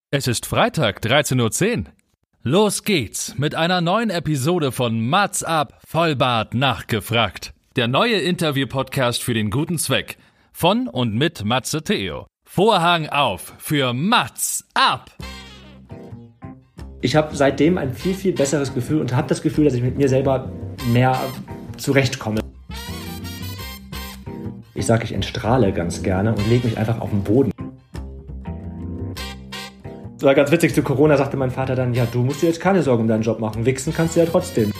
Es ist Freitag, 13:10 Uhr. Los geht's mit einer neuen Episode von Mats ab, Vollbart nachgefragt. Der neue Interview-Podcast für den guten Zweck. Von und mit Matze Theo. Vorhang auf für Mats ab! Ich habe seitdem ein viel, viel besseres Gefühl und habe das Gefühl, dass ich mit mir selber mehr zurechtkomme. Ich sage, ich entstrahle ganz gerne und lege mich einfach auf den Boden. Das war ganz witzig, zu Corona sagte mein Vater dann, ja, du musst dir jetzt keine Sorgen um deinen Job machen, wichsen kannst du ja trotzdem.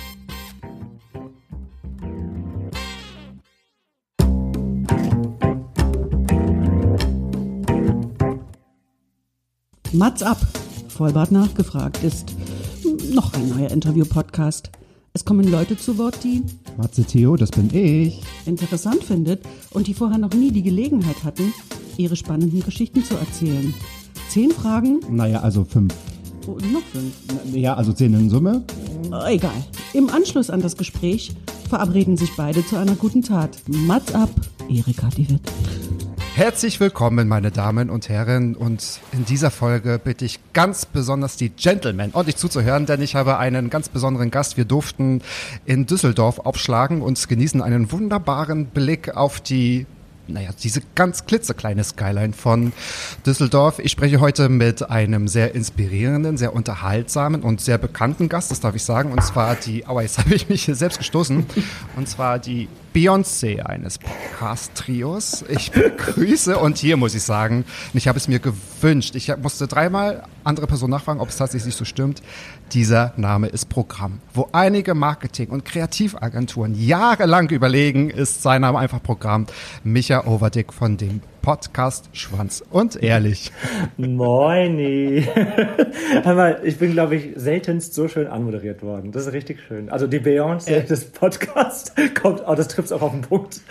Mats ab, Vollbart nachgefragt ist noch ein neuer Interview-Podcast. Es kommen Leute zu Wort, die Matze Theo, das bin ich. interessant findet und die vorher noch nie die Gelegenheit hatten, ihre spannenden Geschichten zu erzählen. 10 Fragen? Naja, also 5. Oh, noch 5. Ja, also 10 in Summe. Egal. Im Anschluss an das Gespräch verabreden sich beide zu einer guten Tat. Mats ab, Erika die Witt. Herzlich willkommen, meine Damen und Herren. Und in dieser Folge bitte ich ganz besonders die Gentlemen ordentlich zuzuhören, denn ich habe einen ganz besonderen Gast. Wir durften in Düsseldorf aufschlagen und genießen einen wunderbaren Blick auf diese ganz klitzekleine Skyline von Düsseldorf. Ich spreche heute mit einem sehr inspirierenden, sehr unterhaltsamen und sehr bekannten Gast, das darf ich sagen. Und zwar jetzt habe ich mich hier selbst gestoßen, und zwar die Beyoncé eines Podcast-Trios. Ich begrüße, und hier muss ich sagen, ich habe es mir gewünscht, ich musste 3-mal andere Personen nachfragen, ob es tatsächlich so stimmt. Dieser Name ist Programm. Wo einige Marketing- und Kreativagenturen jahrelang überlegen, ist sein Name einfach Programm. Micha Overdick von dem Podcast Schwanz und Ehrlich. Moini. Ich bin, glaube ich, seltenst so schön anmoderiert worden. Das ist richtig schön. Also die Beyoncé des Podcasts kommt, das trifft es auch auf den Punkt.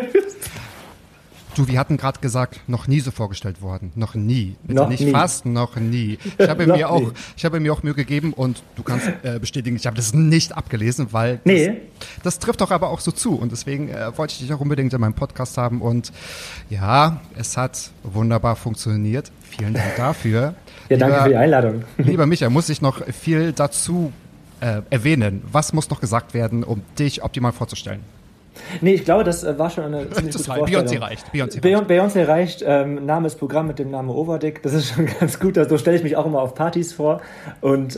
Du, wir hatten gerade gesagt, noch nie so vorgestellt worden. Noch nie. Bitte noch nicht nie. Fast, noch nie. Ich habe mir auch Mühe gegeben, und du kannst bestätigen, ich habe das nicht abgelesen, weil das trifft doch aber auch so zu. Und deswegen wollte ich dich auch unbedingt in meinem Podcast haben. Und ja, es hat wunderbar funktioniert. Vielen Dank dafür. Ja, danke für die Einladung. Lieber Micha, muss ich noch viel dazu erwähnen? Was muss noch gesagt werden, um dich optimal vorzustellen? Nee, ich glaube, das war schon eine ziemlich gute Vorstellung. Beyoncé reicht. Name ist Programm mit dem Namen Overdick. Das ist schon ganz gut. So stelle ich mich auch immer auf Partys vor. Und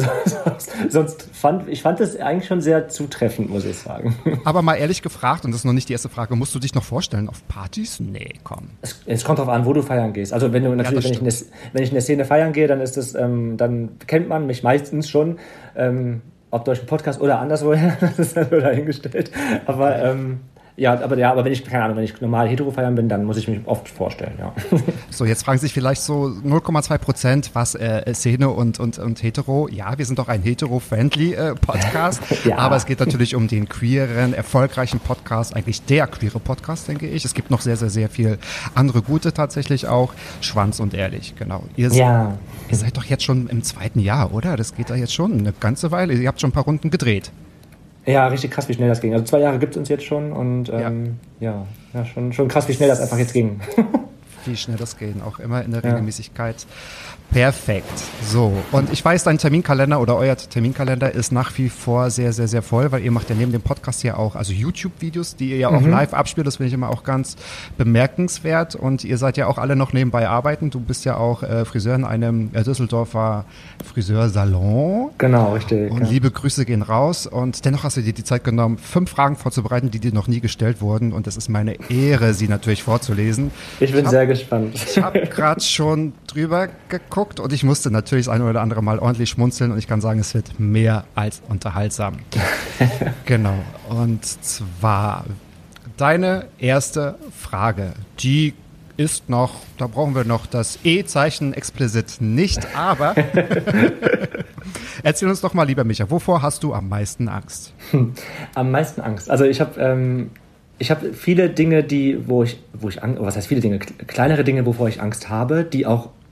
fand ich das eigentlich schon sehr zutreffend, muss ich sagen. Aber mal ehrlich gefragt, und das ist noch nicht die erste Frage, musst du dich noch vorstellen auf Partys? Nee, komm. Es kommt drauf an, wo du feiern gehst. Also wenn ich in der Szene feiern gehe, dann ist das, dann kennt man mich meistens schon. Ob durch einen Podcast oder anderswoher, das ist dann nur dahingestellt. Aber wenn ich normal hetero feiern bin, dann muss ich mich oft vorstellen, ja. So, jetzt fragen sich vielleicht so 0,2%, was Szene und hetero. Ja, wir sind doch ein hetero-friendly Podcast, ja. Aber es geht natürlich um den queeren, erfolgreichen Podcast, eigentlich der queere Podcast, denke ich. Es gibt noch sehr, sehr, sehr viel andere gute tatsächlich auch. Schwanz und Ehrlich, genau. Ihr seid doch jetzt schon im 2. Jahr, oder? Das geht da jetzt schon eine ganze Weile. Ihr habt schon ein paar Runden gedreht. Ja, richtig krass, wie schnell das ging. Also 2 Jahre gibt es uns jetzt schon und schon krass, wie schnell das einfach jetzt ging. Wie schnell das geht, auch immer in der Regelmäßigkeit. Perfekt. So, und ich weiß, dein Terminkalender oder euer Terminkalender ist nach wie vor sehr, sehr, sehr voll, weil ihr macht ja neben dem Podcast ja auch YouTube-Videos, die ihr ja auch live abspielt. Das finde ich immer auch ganz bemerkenswert. Und ihr seid ja auch alle noch nebenbei arbeiten. Du bist ja auch Friseur in einem Düsseldorfer Friseursalon. Genau, richtig. Und liebe Grüße gehen raus. Und dennoch hast du dir die Zeit genommen, 5 Fragen vorzubereiten, die dir noch nie gestellt wurden. Und es ist meine Ehre, sie natürlich vorzulesen. Ich bin sehr gespannt. Ich habe gerade schon drüber geguckt und ich musste natürlich das eine oder andere Mal ordentlich schmunzeln, und ich kann sagen, es wird mehr als unterhaltsam. Genau. Und zwar deine erste Frage, die ist noch, da brauchen wir noch das E-Zeichen explizit nicht, aber erzähl uns doch mal, lieber Micha, wovor hast du am meisten Angst? Am meisten Angst? Also ich habe viele Dinge, kleinere Dinge, wovor ich Angst habe, die auch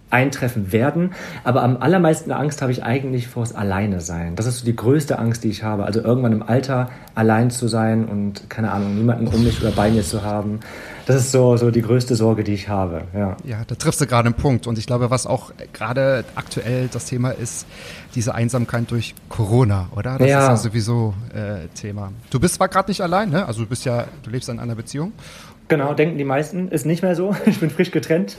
eintreffen werden. Aber am allermeisten Angst habe ich eigentlich vors Alleine sein. Das ist so die größte Angst, die ich habe. Also irgendwann im Alter allein zu sein und, keine Ahnung, niemanden um mich oder bei mir zu haben. Das ist so die größte Sorge, die ich habe. Ja, da triffst du gerade einen Punkt. Und ich glaube, was auch gerade aktuell das Thema ist, diese Einsamkeit durch Corona, oder? Das ist ja sowieso Thema. Du bist zwar gerade nicht allein, ne? Also du lebst in einer Beziehung. Genau, denken die meisten. Ist nicht mehr so. Ich bin frisch getrennt.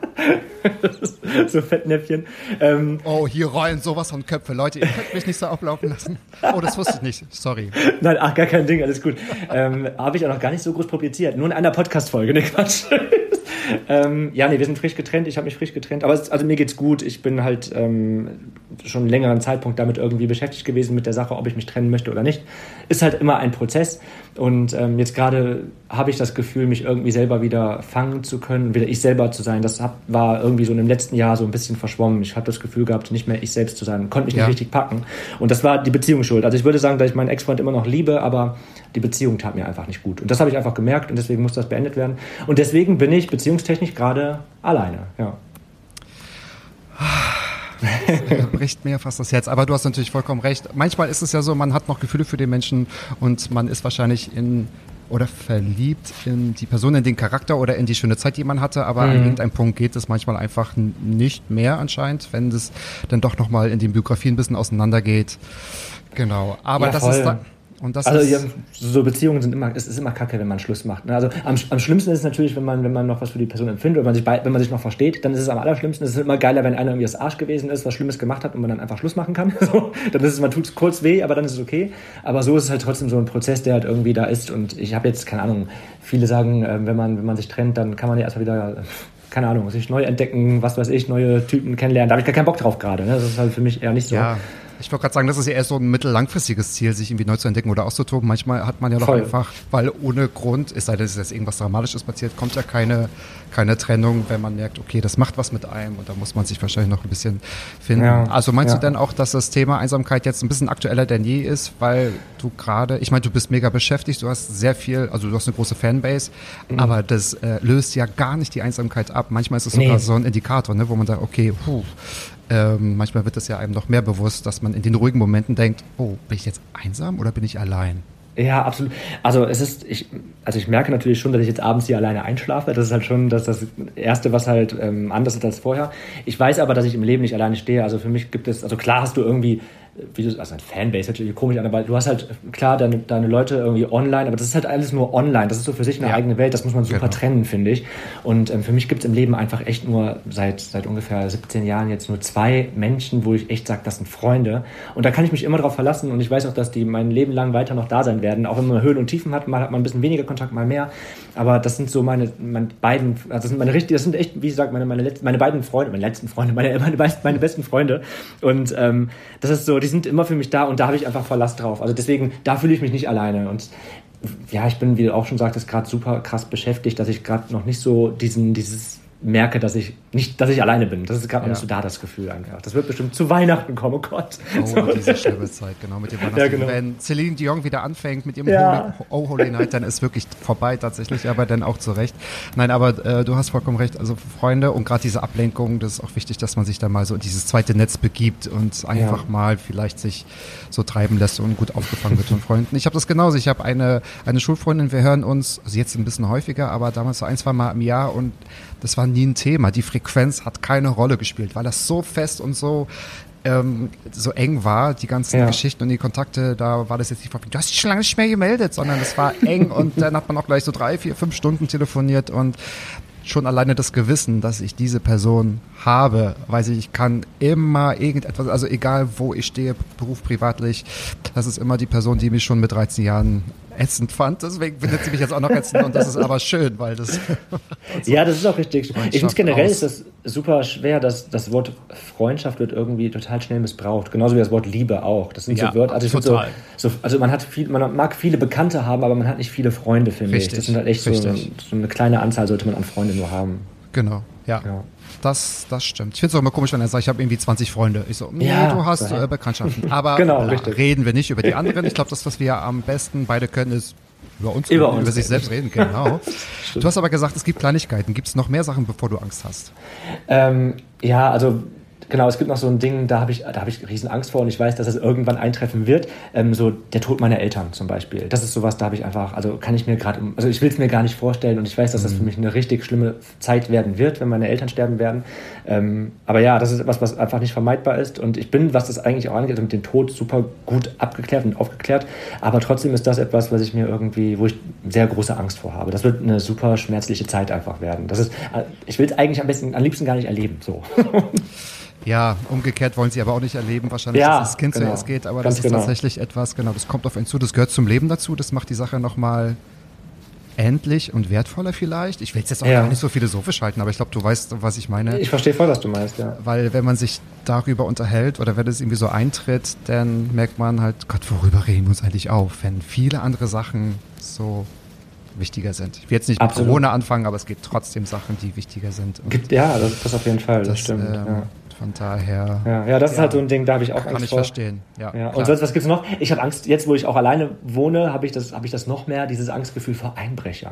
So Fettnäpfchen. Oh, hier rollen sowas von Köpfe. Leute, ihr könnt mich nicht so ablaufen lassen. Oh, das wusste ich nicht. Sorry. Nein, gar kein Ding, alles gut. Habe ich auch noch gar nicht so groß publiziert. Nur in einer Podcast-Folge, ne Quatsch. Wir sind frisch getrennt. Ich habe mich frisch getrennt. Aber also mir geht's gut. Ich bin halt schon einen längeren Zeitpunkt damit irgendwie beschäftigt gewesen mit der Sache, ob ich mich trennen möchte oder nicht. Ist halt immer ein Prozess. Und jetzt gerade habe ich das Gefühl, mich irgendwie selber wieder fangen zu können, wieder ich selber zu sein. Das war irgendwie so in dem letzten Jahr so ein bisschen verschwommen. Ich habe das Gefühl gehabt, nicht mehr ich selbst zu sein. Konnte mich nicht richtig packen. Und das war die Beziehung schuld. Also ich würde sagen, dass ich meinen Ex-Freund immer noch liebe, aber die Beziehung tat mir einfach nicht gut. Und das habe ich einfach gemerkt und deswegen muss das beendet werden. Und deswegen bin ich beziehungstechnisch gerade alleine. Ja. Das bricht mir fast das Herz. Aber du hast natürlich vollkommen recht. Manchmal ist es ja so, man hat noch Gefühle für den Menschen und man ist wahrscheinlich oder verliebt in die Person, in den Charakter oder in die schöne Zeit, die man hatte. Aber an irgendeinem Punkt geht es manchmal einfach nicht mehr anscheinend, wenn es dann doch nochmal in den Biografien ein bisschen auseinandergeht. Genau. Aber ja, das voll. ist da. Und das so Beziehungen es ist immer kacke, wenn man Schluss macht. Ne? Also am schlimmsten ist es natürlich, wenn man noch was für die Person empfindet oder wenn man sich noch versteht, dann ist es am allerschlimmsten. Es ist immer geiler, wenn einer irgendwie das Arsch gewesen ist, was Schlimmes gemacht hat und man dann einfach Schluss machen kann. So, man tut es kurz weh, aber dann ist es okay. Aber so ist es halt trotzdem so ein Prozess, der halt irgendwie da ist. Und ich habe jetzt, keine Ahnung, viele sagen, wenn man sich trennt, dann kann man ja erstmal wieder, keine Ahnung, sich neu entdecken, was weiß ich, neue Typen kennenlernen. Da habe ich gar keinen Bock drauf gerade. Ne? Das ist halt für mich eher nicht so. Ja. Ich wollte gerade sagen, das ist ja eher so ein mittellangfristiges Ziel, sich irgendwie neu zu entdecken oder auszutoben. Manchmal hat man ja doch einfach, weil ohne Grund, es sei denn, es ist jetzt irgendwas Dramatisches passiert, kommt ja keine Trennung, wenn man merkt, okay, das macht was mit einem und da muss man sich wahrscheinlich noch ein bisschen finden. Ja, also meinst du denn auch, dass das Thema Einsamkeit jetzt ein bisschen aktueller denn je ist, weil du gerade, ich meine, du bist mega beschäftigt, du hast sehr viel, also du hast eine große Fanbase, aber das löst ja gar nicht die Einsamkeit ab. Manchmal ist es sogar so ein Indikator, ne, wo man sagt, okay, manchmal wird es ja einem noch mehr bewusst, dass man in den ruhigen Momenten denkt, oh, bin ich jetzt einsam oder bin ich allein? Ja, absolut. Also ich merke natürlich schon, dass ich jetzt abends hier alleine einschlafe. Das ist halt schon das Erste, was halt anders ist als vorher. Ich weiß aber, dass ich im Leben nicht alleine stehe. Also für mich gibt es, also klar hast du irgendwie, also ein Fanbase natürlich komisch an, aber du hast halt klar deine Leute irgendwie online, aber das ist halt alles nur online. Das ist so für sich eine eigene Welt. Das muss man super trennen, finde ich. Und für mich gibt es im Leben einfach echt nur seit ungefähr 17 Jahren jetzt nur 2 Menschen, wo ich echt sage, das sind Freunde. Und da kann ich mich immer drauf verlassen und ich weiß auch, dass die mein Leben lang weiter noch da sein werden. Auch wenn man Höhen und Tiefen hat, mal hat man ein bisschen weniger Kontakt, mal mehr. Aber das sind so meine beiden, also das sind echt, wie gesagt, meine beiden Freunde, meine letzten Freunde, meine besten Freunde. Und das ist so, die sind immer für mich da und da habe ich einfach Verlass drauf. Also deswegen, da fühle ich mich nicht alleine. Und ja, ich bin, wie du auch schon sagtest, gerade super krass beschäftigt, dass ich gerade noch nicht so dieses merke, dass ich alleine bin. Das ist gerade noch nicht so da, das Gefühl einfach. Das wird bestimmt zu Weihnachten kommen, oh Gott. Oh, diese schlimme Zeit, genau, mit dem Weihnachten. Ja, genau. Wenn Celine Dion wieder anfängt mit ihrem Holy Night, dann ist wirklich vorbei tatsächlich, aber dann auch zurecht. Nein, aber du hast vollkommen recht, also Freunde und gerade diese Ablenkung, das ist auch wichtig, dass man sich da mal so in dieses zweite Netz begibt und einfach mal vielleicht sich so treiben lässt und gut aufgefangen wird von Freunden. Ich habe das genauso, ich habe eine Schulfreundin, wir hören uns, also jetzt ein bisschen häufiger, aber damals so 1-2 Mal im Jahr und das war nie ein Thema. Die Frequenz hat keine Rolle gespielt, weil das so fest und so eng war, die ganzen Geschichten und die Kontakte, da war das jetzt nicht, du hast dich schon lange nicht mehr gemeldet, sondern es war eng und dann hat man auch gleich so 3, 4, 5 Stunden telefoniert und schon alleine das Gewissen, dass ich diese Person habe, weiß ich kann immer irgendetwas, also egal wo ich stehe, Beruf, privatlich, das ist immer die Person, die mich schon mit 13 Jahren ätzend fand, deswegen findet sie mich jetzt auch noch ätzend und das ist aber schön, weil das... Ja, das ist auch richtig. Ich finde generell ist das super schwer, dass das Wort Freundschaft wird irgendwie total schnell missbraucht, genauso wie das Wort Liebe auch. Das sind so Wörter, also ich total. Also man mag viele Bekannte haben, aber man hat nicht viele Freunde, finde ich. Das sind halt echt so eine kleine Anzahl sollte man an Freunde nur haben. Genau, ja. Das stimmt. Ich finde es auch immer komisch, wenn er sagt, ich habe irgendwie 20 Freunde. Ich so, nee, du hast Bekanntschaften. Aber genau, reden wir nicht über die anderen. Ich glaube, das, was wir am besten beide können, ist über sich selbst reden, genau. Du hast aber gesagt, es gibt Kleinigkeiten. Gibt es noch mehr Sachen, bevor du Angst hast? Ja, also genau, es gibt noch so ein Ding, da hab ich riesen Angst vor und ich weiß, dass es irgendwann eintreffen wird. So der Tod meiner Eltern zum Beispiel. Das ist sowas, da habe ich einfach, also kann ich mir gerade, also ich will es mir gar nicht vorstellen und ich weiß, dass das für mich eine richtig schlimme Zeit werden wird, wenn meine Eltern sterben werden. Aber ja, das ist etwas, was einfach nicht vermeidbar ist und ich bin, was das eigentlich auch angeht, mit dem Tod super gut abgeklärt und aufgeklärt. Aber trotzdem ist das etwas, was ich mir irgendwie, wo ich sehr große Angst vor habe. Das wird eine super schmerzliche Zeit einfach werden. Ich will es eigentlich am liebsten gar nicht erleben, so. Ja, umgekehrt wollen sie aber auch nicht erleben, wahrscheinlich, dass das Kind zuerst geht, aber das ist tatsächlich etwas, genau, das kommt auf einen zu, das gehört zum Leben dazu, das macht die Sache nochmal endlich und wertvoller vielleicht. Ich will es jetzt auch gar nicht so philosophisch halten, aber ich glaube, du weißt, was ich meine. Ich verstehe voll, was du meinst, ja. Weil wenn man sich darüber unterhält oder wenn es irgendwie so eintritt, dann merkt man halt, Gott, worüber reden wir uns eigentlich auf, wenn viele andere Sachen so wichtiger sind. Ich will jetzt nicht mit Corona anfangen, aber es gibt trotzdem Sachen, die wichtiger sind. Das auf jeden Fall, das stimmt. Von daher. Ja, das ist halt so ein Ding, da habe ich auch Angst vor. Kann ich verstehen. Ja, und sonst, was gibt's noch? Ich habe Angst, jetzt wo ich auch alleine wohne, habe ich das noch mehr, dieses Angstgefühl vor Einbrechern.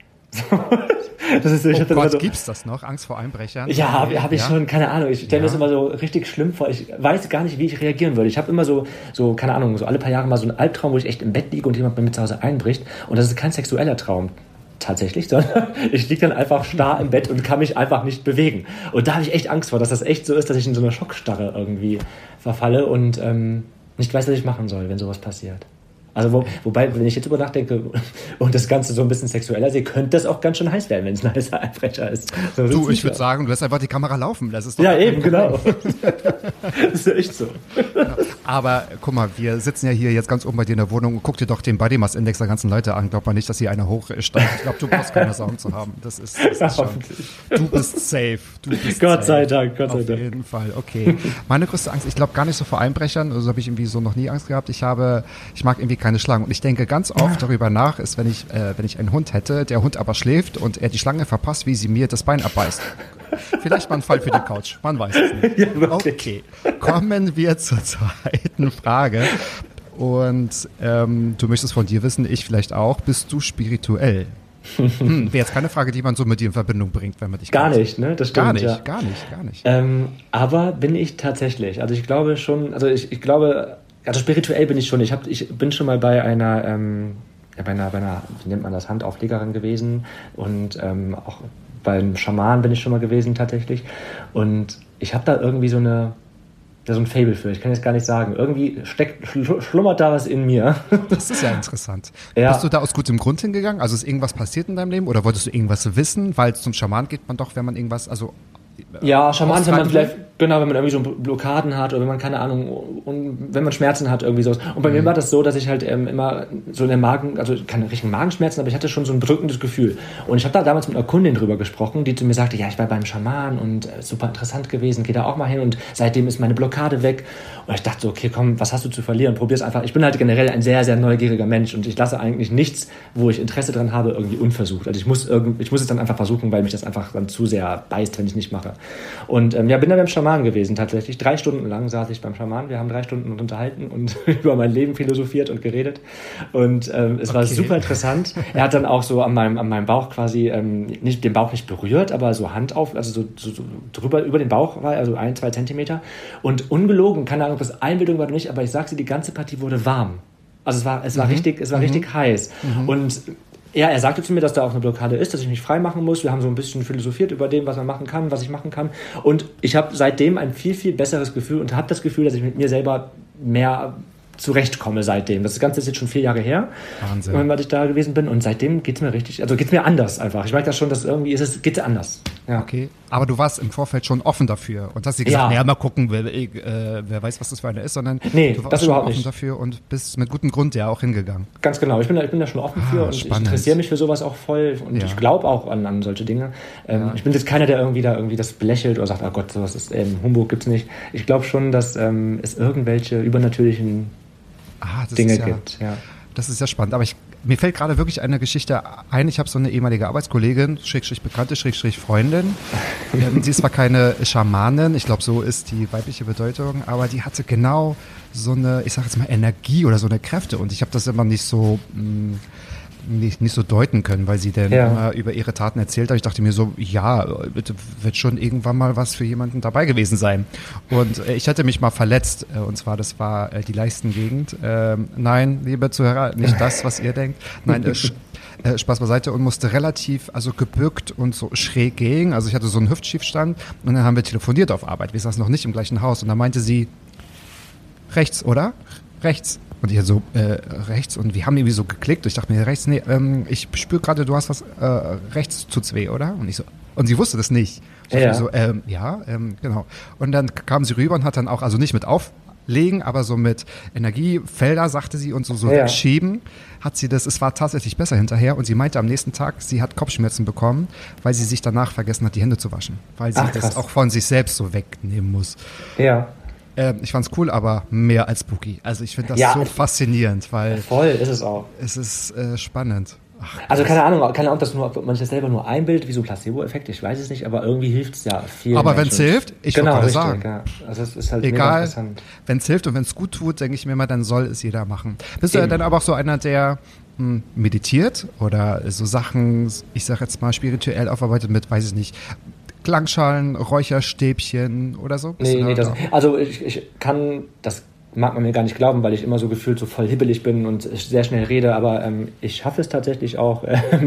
Das ist so, gibt's das noch? Angst vor Einbrechern? Ja, habe ich schon, keine Ahnung. Ich stelle mir das immer so richtig schlimm vor. Ich weiß gar nicht, wie ich reagieren würde. Ich habe immer so, keine Ahnung, so alle paar Jahre mal so einen Albtraum, wo ich echt im Bett liege und jemand bei mir zu Hause einbricht. Und das ist kein sexueller Traum. Tatsächlich, sondern ich liege dann einfach starr im Bett und kann mich einfach nicht bewegen. Und da habe ich echt Angst vor, dass das echt so ist, dass ich in so eine Schockstarre irgendwie verfalle und nicht weiß, was ich machen soll, wenn sowas passiert. Also wobei, wenn ich jetzt drüber nachdenke und das Ganze so ein bisschen sexueller sehe, könnte das auch ganz schön heiß werden, wenn es ein heißer Einbrecher ist. So, ich würde sagen, du lässt einfach die Kamera laufen. Das ist doch genau. Das ist ja echt so. Aber guck mal, wir sitzen ja hier jetzt ganz oben bei dir in der Wohnung und guck dir doch den Body Mass Index der ganzen Leute an. Glaubt man nicht, dass hier einer hoch ist. Ich glaube, du brauchst keine Sorgen zu haben. Das ist schon. Du bist safe. Gott sei Dank. Auf jeden Fall. Okay. Meine größte Angst, ich glaube gar nicht so vor Einbrechern. Also habe ich irgendwie so noch nie Angst gehabt. Ich mag irgendwie keine Schlangen. Und ich denke ganz oft darüber nach, ist, wenn ich einen Hund hätte, der Hund aber schläft und er die Schlange verpasst, wie sie mir das Bein abbeißt. Vielleicht mal ein Fall für die Couch. Man weiß es nicht. Ja, okay. Kommen wir zur zweiten Frage. Und du möchtest von dir wissen, ich vielleicht auch, bist du spirituell? Wäre jetzt keine Frage, die man so mit dir in Verbindung bringt, wenn man dich Gar nicht, ne? Das stimmt, Gar nicht. Aber bin ich tatsächlich. Also ich glaube schon, ich glaube, spirituell bin ich schon. Ich bin schon mal bei einer, wie nennt man das, Handauflegerin gewesen und auch beim Schaman bin ich schon mal gewesen tatsächlich. Und ich habe da irgendwie so ein Faible für. Ich kann jetzt gar nicht sagen. Irgendwie schlummert da was in mir. Das ist ja interessant. Ja. Bist du da aus gutem Grund hingegangen? Also ist irgendwas passiert in deinem Leben oder wolltest du irgendwas wissen? Weil zum Schaman geht man doch, wenn man irgendwas, ja, Schaman, wenn man vielleicht, wenn man irgendwie so Blockaden hat oder wenn man, keine Ahnung, und wenn man Schmerzen hat, irgendwie sowas. Und bei mir war das so, dass ich halt immer so in der Magen, also keine richtigen Magenschmerzen, aber ich hatte schon so ein bedrückendes Gefühl. Und ich habe da damals mit einer Kundin drüber gesprochen, die zu mir sagte, ja, ich war beim Schaman und super interessant gewesen, geh da auch mal hin und seitdem ist meine Blockade weg. Und ich dachte so, okay, komm, was hast du zu verlieren? Probier's einfach. Ich bin halt generell ein sehr, sehr neugieriger Mensch und ich lasse eigentlich nichts, wo ich Interesse dran habe, irgendwie unversucht. Also ich muss es dann einfach versuchen, weil mich das einfach dann zu sehr beißt, wenn ich nicht mache. Und bin da beim Schaman gewesen tatsächlich. 3 Stunden lang saß ich beim Schaman. Wir haben 3 Stunden unterhalten und über mein Leben philosophiert und geredet. Und es war super interessant. Er hat dann auch so an meinem Bauch quasi, den Bauch nicht berührt, aber so Hand auf, also so drüber, über den Bauch war, also 1-2 Zentimeter. Und ungelogen, keine Ahnung, ob das Einbildung war oder nicht, aber ich sag's dir, die ganze Partie wurde warm. Also es war richtig heiß. Und er sagte zu mir, dass da auch eine Blockade ist, dass ich mich frei machen muss. Wir haben so ein bisschen philosophiert über dem, was man machen kann, was ich machen kann. Und ich habe seitdem ein viel, viel besseres Gefühl und habe das Gefühl, dass ich mit mir selber mehr zurechtkomme seitdem. Das Ganze ist jetzt schon 4 Jahre her, weil ich da gewesen bin. Und seitdem geht's mir anders einfach. Ich merke das schon, dass irgendwie geht's anders. Ja. Okay, aber du warst im Vorfeld schon offen dafür und hast dir gesagt, mal gucken, wer weiß, was das für eine ist, sondern du warst schon offen dafür und bist mit gutem Grund ja auch hingegangen. Ganz genau, ich bin da schon offen für und spannend. Ich interessiere mich für sowas auch voll und ich glaube auch an solche Dinge. Ich bin jetzt keiner, der irgendwie das belächelt oder sagt, oh Gott, sowas ist Humbug, gibt's nicht. Ich glaube schon, dass es irgendwelche übernatürlichen Dinge gibt. Ja. Das ist ja spannend, aber mir fällt gerade wirklich eine Geschichte ein. Ich habe so eine ehemalige Arbeitskollegin, Bekannte, Freundin. Sie ist zwar keine Schamanin, ich glaube, so ist die weibliche Bedeutung, aber die hatte genau so eine, ich sage jetzt mal, Energie oder so eine Kräfte und ich habe das immer nicht so nicht so deuten können, weil sie dann immer über ihre Taten erzählt hat. Ich dachte mir so, ja, wird schon irgendwann mal was für jemanden dabei gewesen sein. Und ich hatte mich mal verletzt, und zwar, das war die Leistengegend. Nein, liebe Zuhörer, nicht das, was ihr denkt. Nein, Spaß beiseite, und musste relativ, also gebückt und so schräg gehen. Also ich hatte so einen Hüftschiefstand und dann haben wir telefoniert auf Arbeit. Wir saßen noch nicht im gleichen Haus und dann meinte sie, rechts, oder? Rechts. Und ich so, rechts, und wir haben irgendwie so geklickt. Ich dachte mir, rechts, nee, ich spüre gerade, du hast was, rechts tut's weh, oder? Und ich so, und sie wusste das nicht. Ich dachte mir so, genau. Und dann kam sie rüber und hat dann auch, also nicht mit auflegen, aber so mit Energiefelder, sagte sie, und so wegschieben, hat sie das, es war tatsächlich besser hinterher, und sie meinte am nächsten Tag, sie hat Kopfschmerzen bekommen, weil sie sich danach vergessen hat, die Hände zu waschen. Weil sie das auch von sich selbst so wegnehmen muss. Ja. Ich fand's cool, aber mehr als spooky. Also ich finde das so faszinierend, weil... Voll, ist es auch. Es ist spannend. Ach, also keine Ahnung, ob man sich das selber nur einbildet, wie so ein Placebo-Effekt, ich weiß es nicht, aber irgendwie hilft es ja viel. Aber wenn es hilft, ich würde gerade sagen. Ja. Also es ist halt egal, wenn es hilft und wenn es gut tut, denke ich mir mal, dann soll es jeder machen. Bist du dann aber auch so einer, der meditiert oder so Sachen, ich sag jetzt mal spirituell aufarbeitet mit, weiß ich nicht, Klangschalen, Räucherstäbchen oder so? Nee, also ich kann, das mag man mir gar nicht glauben, weil ich immer so gefühlt so voll hibbelig bin und sehr schnell rede, aber ich schaffe es tatsächlich auch,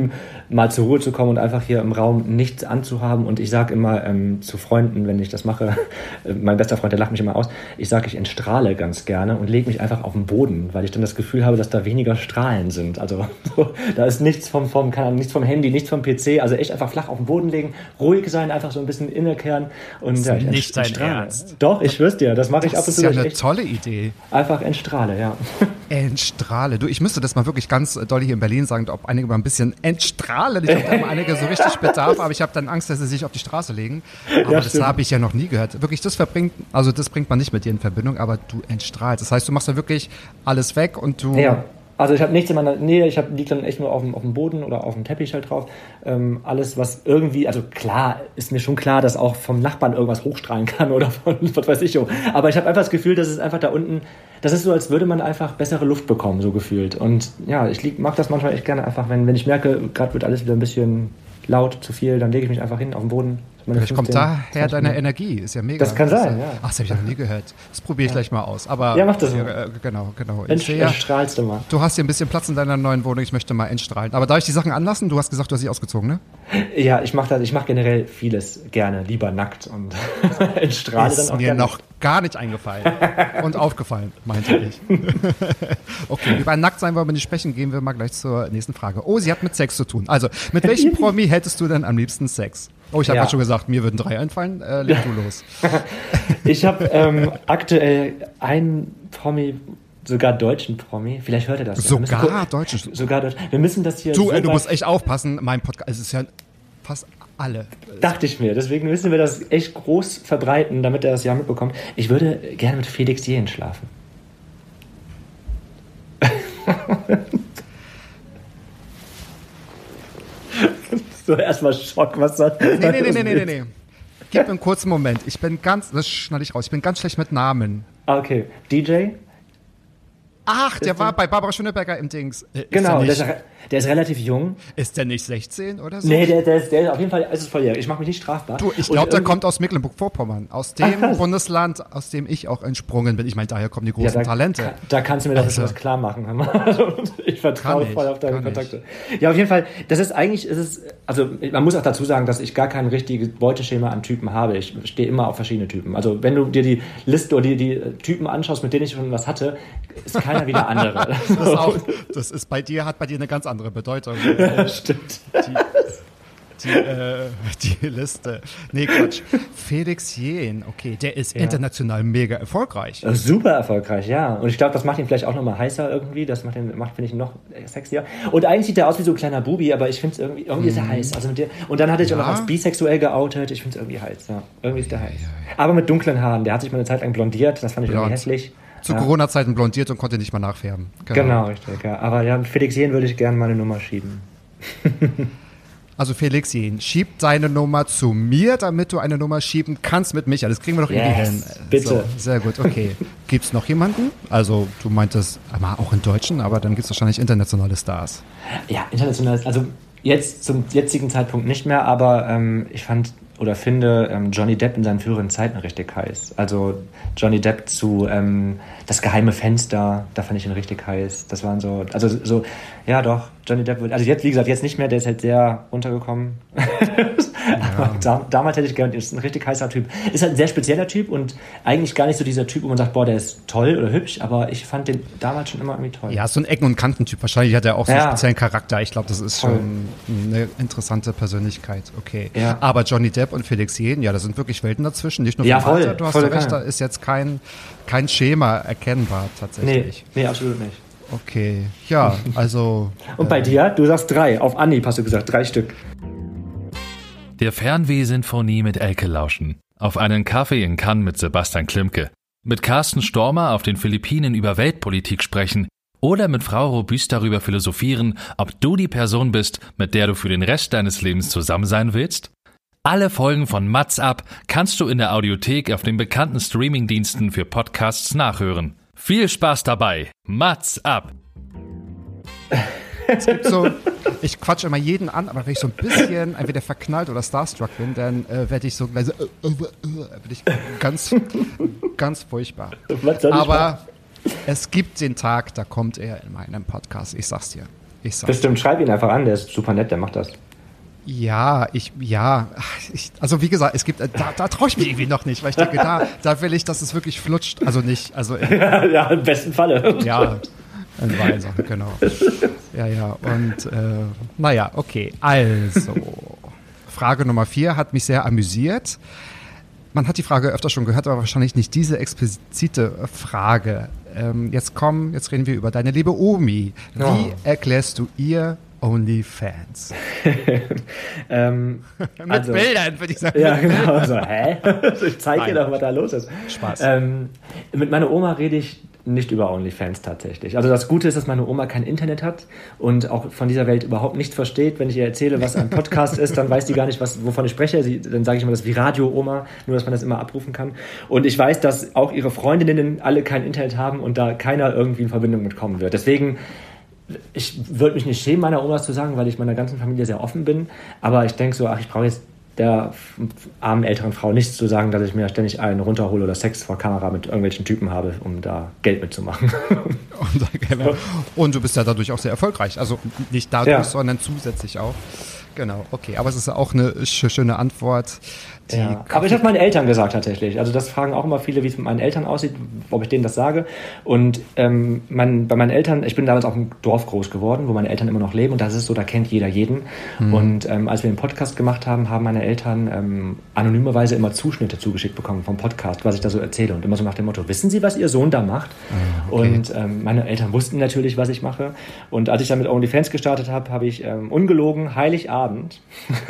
mal zur Ruhe zu kommen und einfach hier im Raum nichts anzuhaben, und ich sage immer zu Freunden, wenn ich das mache, mein bester Freund, der lacht mich immer aus, ich sage, ich entstrahle ganz gerne und lege mich einfach auf den Boden, weil ich dann das Gefühl habe, dass da weniger Strahlen sind, also da ist nichts vom Handy, nichts vom PC, also echt einfach flach auf den Boden legen, ruhig sein, einfach so ein bisschen innekehren und das ist nicht dein Ernst. Doch, ich schwör's dir, das mache ich ab und zu. Das ist ja eine tolle Idee. Einfach entstrahle, ja. Entstrahle. Du, ich müsste das mal wirklich ganz doll hier in Berlin sagen, ob einige mal ein bisschen entstrahlen. Ich habe einige so richtig Bedarf, aber ich habe dann Angst, dass sie sich auf die Straße legen. Aber ja, das habe ich ja noch nie gehört. Wirklich, das bringt man nicht mit dir in Verbindung, aber du entstrahlst. Das heißt, du machst da wirklich alles weg und du... Ja. Also ich habe nichts in meiner Nähe, liege dann echt nur auf dem Boden oder auf dem Teppich halt drauf. Alles, was irgendwie, also klar, ist mir schon klar, dass auch vom Nachbarn irgendwas hochstrahlen kann oder von was weiß ich. Aber ich habe einfach das Gefühl, dass es einfach da unten, das ist so, als würde man einfach bessere Luft bekommen, so gefühlt. Und ja, mag das manchmal echt gerne einfach, wenn ich merke, gerade wird alles wieder ein bisschen laut, zu viel, dann lege ich mich einfach hin auf den Boden. Vielleicht kommt daher deine Energie, ist ja mega. Das kann sein, ja. Ach, das habe ich noch nie gehört. Das probiere ich gleich mal aus. Aber ja, mach das mal. Genau. Entstrahlst du mal. Du hast hier ein bisschen Platz in deiner neuen Wohnung, ich möchte mal entstrahlen. Aber darf ich die Sachen anlassen? Du hast gesagt, du hast dich ausgezogen, ne? Ja, ich mache generell vieles gerne, lieber nackt und entstrahle dann auch mir gerne. Noch gar nicht eingefallen und aufgefallen, meinte ich. Okay, über Nacktsein wollen wir nicht sprechen, gehen wir mal gleich zur nächsten Frage. Oh, sie hat mit Sex zu tun. Also, mit welchem Promi hättest du denn am liebsten Sex? Oh, ich habe gerade schon gesagt, mir würden 3 einfallen. Leg du los. Ich habe aktuell einen Promi, sogar deutschen Promi. Vielleicht hört ihr das. Sogar deutschen? Sogar deutsch. Wir müssen das hier... Du musst echt aufpassen. Mein Podcast, es ist ja fast alle. Dachte ich mir. Deswegen müssen wir das echt groß verbreiten, damit er das ja mitbekommt. Ich würde gerne mit Felix Jähn schlafen. So, erstmal Schock, was soll das? Nee. Gib mir einen kurzen Moment. Das schneide ich raus, ich bin ganz schlecht mit Namen. Okay, DJ? Ach, der war bei Barbara Schöneberger im Dings. Genau, der ist relativ jung. Ist der nicht 16 oder so? Nee, der ist auf jeden Fall, ist volljährig. Ich mache mich nicht strafbar. Du, ich glaube, der kommt aus Mecklenburg-Vorpommern. Aus dem Bundesland, aus dem ich auch entsprungen bin. Ich meine, daher kommen die großen Talente. Da kannst du mir doch was klar machen. Ich vertraue voll auf deine Kontakte. Ja, auf jeden Fall, also man muss auch dazu sagen, dass ich gar kein richtiges Beuteschema an Typen habe. Ich stehe immer auf verschiedene Typen. Also wenn du dir die Liste oder die Typen anschaust, mit denen ich schon was hatte, ist keiner wie der andere. Das ist hat bei dir eine ganz andere Bedeutung. Ja, stimmt. Die Liste. Nee, Quatsch. Felix Jähn, okay, der ist international mega erfolgreich. Super erfolgreich, ja. Und ich glaube, das macht ihn vielleicht auch nochmal heißer irgendwie. Das macht, finde ich, noch sexier. Und eigentlich sieht er aus wie so ein kleiner Bubi, aber ich finde es irgendwie ist er heiß. Also und dann hat er sich auch noch als bisexuell geoutet. Ich finde es irgendwie heiß, ja. Irgendwie ist der heiß. Aber mit dunklen Haaren. Der hat sich mal eine Zeit lang blondiert. Das fand ich irgendwie hässlich. Zu Corona-Zeiten blondiert und konnte nicht mal nachfärben. Genau richtig, ja. Aber ja, mit Felix Jähn würde ich gerne meine Nummer schieben. Also Felixin, schieb deine Nummer zu mir, damit du eine Nummer schieben kannst mit Michael. Das kriegen wir doch irgendwie hin. Bitte. So, sehr gut, okay. Gibt's noch jemanden? Also du meintest auch in Deutschen, aber dann gibt's wahrscheinlich internationale Stars. Ja, international, also jetzt zum jetzigen Zeitpunkt nicht mehr, aber ich finde Johnny Depp in seinen früheren Zeiten richtig heiß. Also Johnny Depp zu Das geheime Fenster, da fand ich ihn richtig heiß. Das waren so, ja doch, Johnny Depp also jetzt, wie gesagt, jetzt nicht mehr, der ist halt sehr runtergekommen. Aber damals hätte ich gerne, ist ein richtig heißer Typ. Ist halt ein sehr spezieller Typ und eigentlich gar nicht so dieser Typ, wo man sagt, boah, der ist toll oder hübsch, aber ich fand den damals schon immer irgendwie toll. Ja, so ein Ecken- und Kantentyp. Wahrscheinlich hat er auch so einen speziellen Charakter. Ich glaube, das ist schon eine interessante Persönlichkeit. Okay. Ja. Aber Johnny Depp und Felixin, ja, da sind wirklich Welten dazwischen. Nicht nur vom Alter, du hast recht, da ist jetzt kein Schema erkennbar tatsächlich. Nee, absolut nicht. Okay, ja, also... Und bei dir? Du sagst 3. Auf Anhieb hast du gesagt, 3 Stück. Der Fernweh-Sinfonie mit Elke lauschen. Auf einen Kaffee in Cannes mit Sebastian Klimke. Mit Carsten Stormer auf den Philippinen über Weltpolitik sprechen. Oder mit Frau Robüst darüber philosophieren, ob du die Person bist, mit der du für den Rest deines Lebens zusammen sein willst? Alle Folgen von Mats ab kannst du in der Audiothek auf den bekannten Streamingdiensten für Podcasts nachhören. Viel Spaß dabei. Mats ab. Es gibt so, ich quatsche immer jeden an, aber wenn ich so ein bisschen entweder verknallt oder starstruck bin, dann werde ich so gleich so, bin ich ganz, ganz furchtbar. Aber es gibt den Tag, da kommt er in meinem Podcast. Ich sag's dir. Bestimmt, schreib ihn einfach an, der ist super nett, der macht das. Also wie gesagt, es gibt, da traue ich mich irgendwie noch nicht, weil ich denke, da will ich, dass es wirklich flutscht, also nicht, also ja, im besten Falle. Ja, in beiden Sachen, genau. Ja, und naja, okay, also Frage Nummer 4 hat mich sehr amüsiert. Man hat die Frage öfter schon gehört, aber wahrscheinlich nicht diese explizite Frage. Jetzt reden wir über deine liebe Omi. Wie erklärst du ihr OnlyFans? Mit Bildern, würde ich sagen. Ja, genau. Also, ich zeige dir doch, was da los ist. Spaß. Mit meiner Oma rede ich nicht über OnlyFans tatsächlich. Also das Gute ist, dass meine Oma kein Internet hat und auch von dieser Welt überhaupt nichts versteht. Wenn ich ihr erzähle, was ein Podcast ist, dann weiß die gar nicht, wovon ich spreche. Dann sage ich immer, das ist wie Radio-Oma, nur dass man das immer abrufen kann. Und ich weiß, dass auch ihre Freundinnen alle kein Internet haben und da keiner irgendwie in Verbindung mitkommen wird. Deswegen, ich würde mich nicht schämen, meiner Oma zu sagen, weil ich meiner ganzen Familie sehr offen bin. Aber ich denke so, ich brauche jetzt der armen älteren Frau nichts zu sagen, dass ich mir ständig einen runterhole oder Sex vor Kamera mit irgendwelchen Typen habe, um da Geld mitzumachen. Und du bist ja dadurch auch sehr erfolgreich. Also nicht dadurch, sondern zusätzlich auch. Genau, okay. Aber es ist auch eine schöne Antwort. Aber ich habe meinen Eltern gesagt tatsächlich. Also das fragen auch immer viele, wie es mit meinen Eltern aussieht, ob ich denen das sage. Und bei meinen Eltern, ich bin damals auf einem Dorf groß geworden, wo meine Eltern immer noch leben. Und das ist so, da kennt jeder jeden. Und als wir den Podcast gemacht haben, haben meine Eltern anonymerweise immer Zuschnitte zugeschickt bekommen vom Podcast, was ich da so erzähle. Und immer so nach dem Motto, wissen Sie, was Ihr Sohn da macht? Okay. Und meine Eltern wussten natürlich, was ich mache. Und als ich dann mit OnlyFans gestartet habe, habe ich ungelogen Heiligabend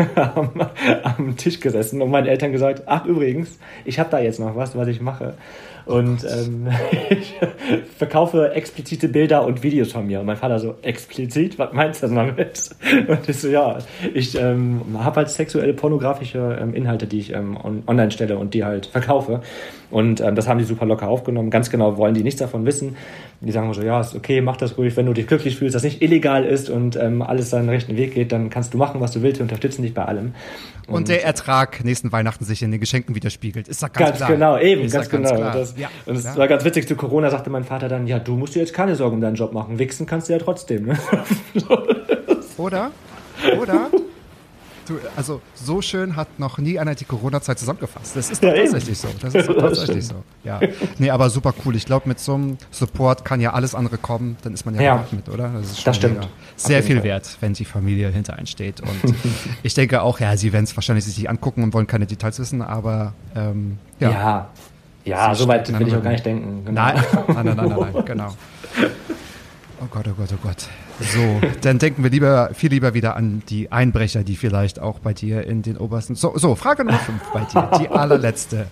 am Tisch gesessen und meine Eltern gesagt, ach übrigens, ich habe da jetzt noch was ich mache. Und ich verkaufe explizite Bilder und Videos von mir. Und mein Vater so, explizit? Was meinst du denn damit? Und ich so, ja, ich habe halt sexuelle, pornografische Inhalte, die ich online stelle und die halt verkaufe. Und das haben die super locker aufgenommen. Ganz genau wollen die nichts davon wissen. Die sagen so, ja, ist okay, mach das ruhig, wenn du dich glücklich fühlst, dass nicht illegal ist und alles seinen rechten Weg geht, dann kannst du machen, was du willst, wir unterstützen dich bei allem. Und der Ertrag nächsten Weihnachten sich in den Geschenken widerspiegelt. Ist doch ganz klar. Genau, eben, ganz genau. Klar. Und es war ganz witzig, zu Corona sagte mein Vater dann, ja, du musst dir jetzt keine Sorgen um deinen Job machen, wichsen kannst du ja trotzdem. Ne? Oder? Du, also so schön hat noch nie einer die Corona-Zeit zusammengefasst. Das ist doch tatsächlich so. Ja. Nee, aber super cool. Ich glaube, mit so einem Support kann ja alles andere kommen. Dann ist man ja gemacht mit, oder? Das ist schon stimmt. Sehr viel wert, wenn die Familie hinter einen steht. Und ich denke auch, ja, sie werden es wahrscheinlich sich nicht angucken und wollen keine Details wissen, aber Ja, so weit will ich auch gar nicht denken. Genau. Nein, genau. Oh Gott. So, dann denken wir viel lieber wieder an die Einbrecher, die vielleicht auch bei dir in den obersten... So, Frage Nummer 5 bei dir, die allerletzte.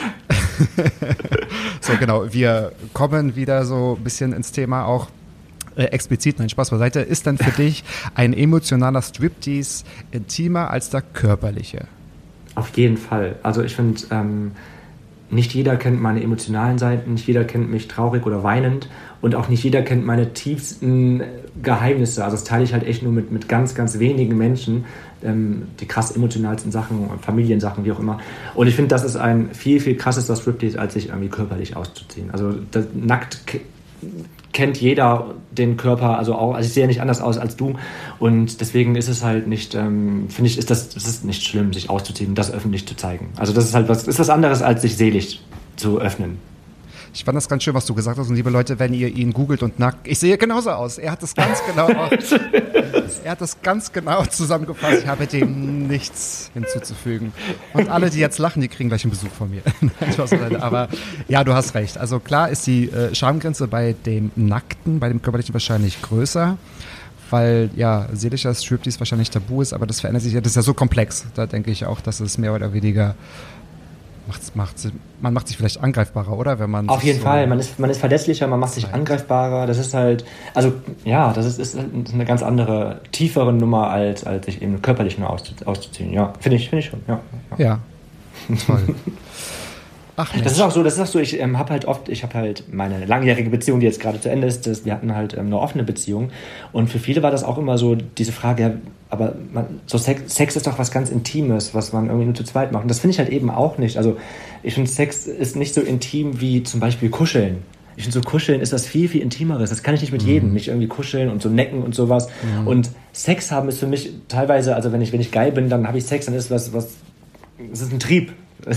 So, genau, wir kommen wieder so ein bisschen ins Thema auch. explizit, nein, Spaß beiseite, ist denn für dich ein emotionaler Striptease intimer als der körperliche? Auf jeden Fall. Also ich finde, nicht jeder kennt meine emotionalen Seiten, nicht jeder kennt mich traurig oder weinend und auch nicht jeder kennt meine tiefsten Geheimnisse. Also das teile ich halt echt nur mit ganz, ganz wenigen Menschen, die krass emotionalsten Sachen, Familiensachen, wie auch immer. Und ich finde, das ist ein viel, viel krasserer Striptease, als sich irgendwie körperlich auszuziehen. Also nackt kennt jeder den Körper, also ich sehe ja nicht anders aus als du und deswegen ist es halt nicht, finde ich, es ist nicht schlimm, sich auszuziehen und das öffentlich zu zeigen. Also das ist halt was anderes, als sich selig zu öffnen. Ich fand das ganz schön, was du gesagt hast. Und liebe Leute, wenn ihr ihn googelt und nackt, ich sehe genauso aus. Er hat das ganz genau zusammengefasst. Ich habe dem nichts hinzuzufügen. Und alle, die jetzt lachen, die kriegen gleich einen Besuch von mir. Aber ja, du hast recht. Also klar ist die Schamgrenze bei dem Nackten, bei dem Körperlichen wahrscheinlich größer, weil ja seelischer Striptease wahrscheinlich tabu ist, aber das verändert sich ja, das ist ja so komplex. Da denke ich auch, dass es mehr oder weniger man macht sich vielleicht angreifbarer, oder? Wenn man auf jeden Fall, man ist verletzlicher, man macht sich angreifbarer. Das ist halt, also ja, das ist eine ganz andere, tiefere Nummer, als sich eben körperlich nur auszuziehen. Ja, finde ich schon. Ja. Toll. Ach, das ist auch so, ich habe halt meine langjährige Beziehung, die jetzt gerade zu Ende ist, wir hatten halt eine offene Beziehung und für viele war das auch immer so diese Frage, ja, aber Sex ist doch was ganz Intimes, was man irgendwie nur zu zweit macht und das finde ich halt eben auch nicht. Also ich finde, Sex ist nicht so intim wie zum Beispiel Kuscheln. Ich finde, so Kuscheln ist was viel, viel Intimeres. Das kann ich nicht mit jedem, nicht irgendwie kuscheln und so necken und sowas. Und Sex haben ist für mich teilweise, also wenn ich geil bin, dann habe ich Sex, dann ist es ist ein Trieb.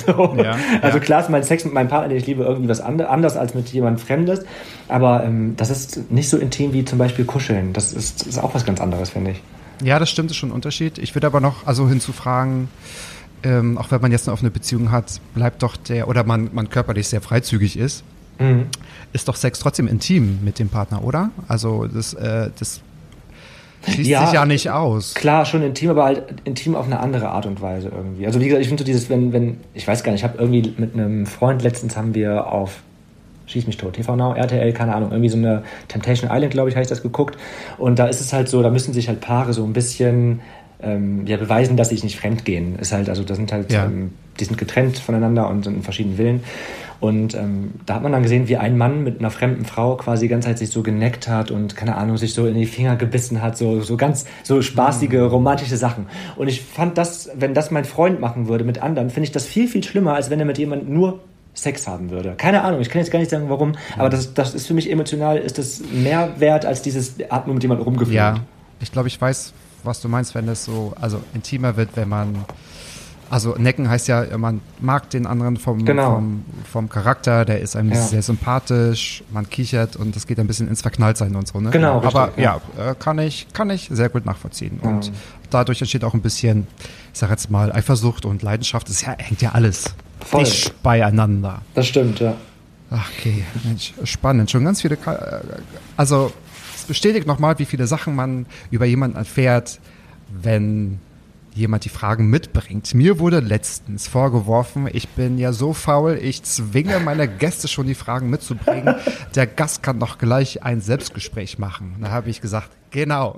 Also klar ist mein Sex mit meinem Partner, den ich liebe, irgendwie was anders als mit jemand Fremdes, aber das ist nicht so intim wie zum Beispiel Kuscheln. Das ist auch was ganz anderes, finde ich. Ja, das stimmt, ist schon ein Unterschied. Ich würde aber noch hinzufragen, auch wenn man jetzt eine offene Beziehung hat, bleibt doch oder man körperlich sehr freizügig ist, ist doch Sex trotzdem intim mit dem Partner, oder? Also das schließt sich ja nicht aus. Klar, schon intim, aber halt intim auf eine andere Art und Weise irgendwie. Also wie gesagt, ich finde so dieses, wenn ich weiß gar nicht, ich habe irgendwie mit einem Freund letztens haben wir auf Schieß mich tot, TV Now, RTL, keine Ahnung, irgendwie so eine Temptation Island, glaube ich, heißt das, geguckt. Und da ist es halt so, da müssen sich halt Paare so ein bisschen beweisen, dass sie nicht fremd gehen. Ist halt, also das sind halt, die sind getrennt voneinander und sind in verschiedenen Villen. Und da hat man dann gesehen, wie ein Mann mit einer fremden Frau quasi die ganze Zeit sich so geneckt hat und, keine Ahnung, sich so in die Finger gebissen hat, so ganz so spaßige, romantische Sachen. Und ich fand das, wenn das mein Freund machen würde mit anderen, finde ich das viel, viel schlimmer, als wenn er mit jemandem nur Sex haben würde. Keine Ahnung, ich kann jetzt gar nicht sagen, warum, aber das ist für mich emotional, ist das mehr wert als dieses Art nur mit jemandem rumgefühlt. Ja, ich glaube, ich weiß, was du meinst, wenn das so, also intimer wird, wenn man, also necken heißt ja, man mag den anderen vom Charakter, der ist einem sehr sympathisch, man kichert und das geht ein bisschen ins Verknalltsein und so, ne? Genau, aber richtig, kann ich sehr gut nachvollziehen. Und dadurch entsteht auch ein bisschen, ich sag jetzt mal, Eifersucht und Leidenschaft, das hängt ja alles dicht beieinander. Das stimmt, ja. Ach, okay, Mensch, spannend. Schon ganz viele, also es bestätigt nochmal, wie viele Sachen man über jemanden erfährt, wenn jemand die Fragen mitbringt. Mir wurde letztens vorgeworfen, ich bin ja so faul, ich zwinge meine Gäste schon, die Fragen mitzubringen. Der Gast kann doch gleich ein Selbstgespräch machen. Da habe ich gesagt, genau.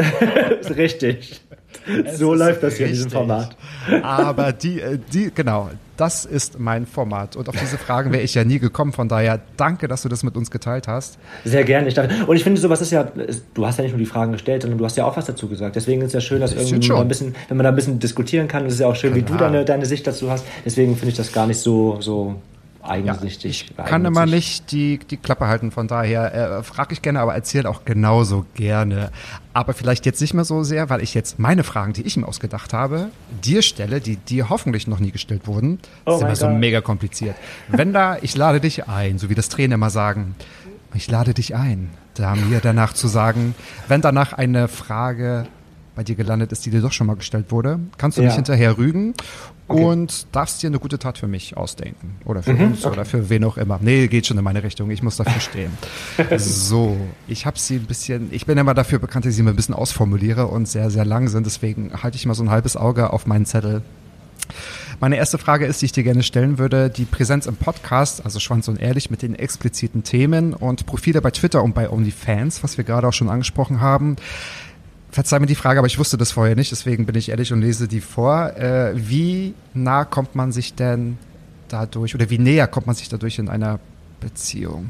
Richtig. So läuft das hier in diesem Format. Aber genau, das ist mein Format. Und auf diese Fragen wäre ich ja nie gekommen. Von daher, danke, dass du das mit uns geteilt hast. Sehr gerne. Und ich finde, sowas ist ja, du hast ja nicht nur die Fragen gestellt, sondern du hast ja auch was dazu gesagt. Deswegen ist es ja schön, dass irgendwie wenn man da ein bisschen diskutieren kann. Es ist ja auch schön, wie du deine Sicht dazu hast. Deswegen finde ich das gar nicht so eigensichtig. Ich kann immer nicht die Klappe halten, von daher frage ich gerne, aber erzähle auch genauso gerne. Aber vielleicht jetzt nicht mehr so sehr, weil ich jetzt meine Fragen, die ich mir ausgedacht habe, dir stelle, die dir hoffentlich noch nie gestellt wurden. Das ist immer so mega kompliziert. Ich lade dich ein, so wie das Trainer immer sagen, ich lade dich ein, da mir danach zu sagen, wenn danach eine Frage bei dir gelandet ist, die dir doch schon mal gestellt wurde, kannst du mich hinterher rügen und darfst dir eine gute Tat für mich ausdenken. Oder für uns oder für wen auch immer. Nee, geht schon in meine Richtung, ich muss dafür stehen. So, ich bin immer dafür bekannt, dass ich sie mir ein bisschen ausformuliere und sehr, sehr lang sind, deswegen halte ich mal so ein halbes Auge auf meinen Zettel. Meine erste Frage ist, die ich dir gerne stellen würde, die Präsenz im Podcast, also Schwanz und Ehrlich mit den expliziten Themen und Profile bei Twitter und bei OnlyFans, was wir gerade auch schon angesprochen haben. Verzeih mir die Frage, aber ich wusste das vorher nicht, deswegen bin ich ehrlich und lese die vor. Wie nah kommt man sich denn dadurch, oder wie näher kommt man sich dadurch in einer Beziehung?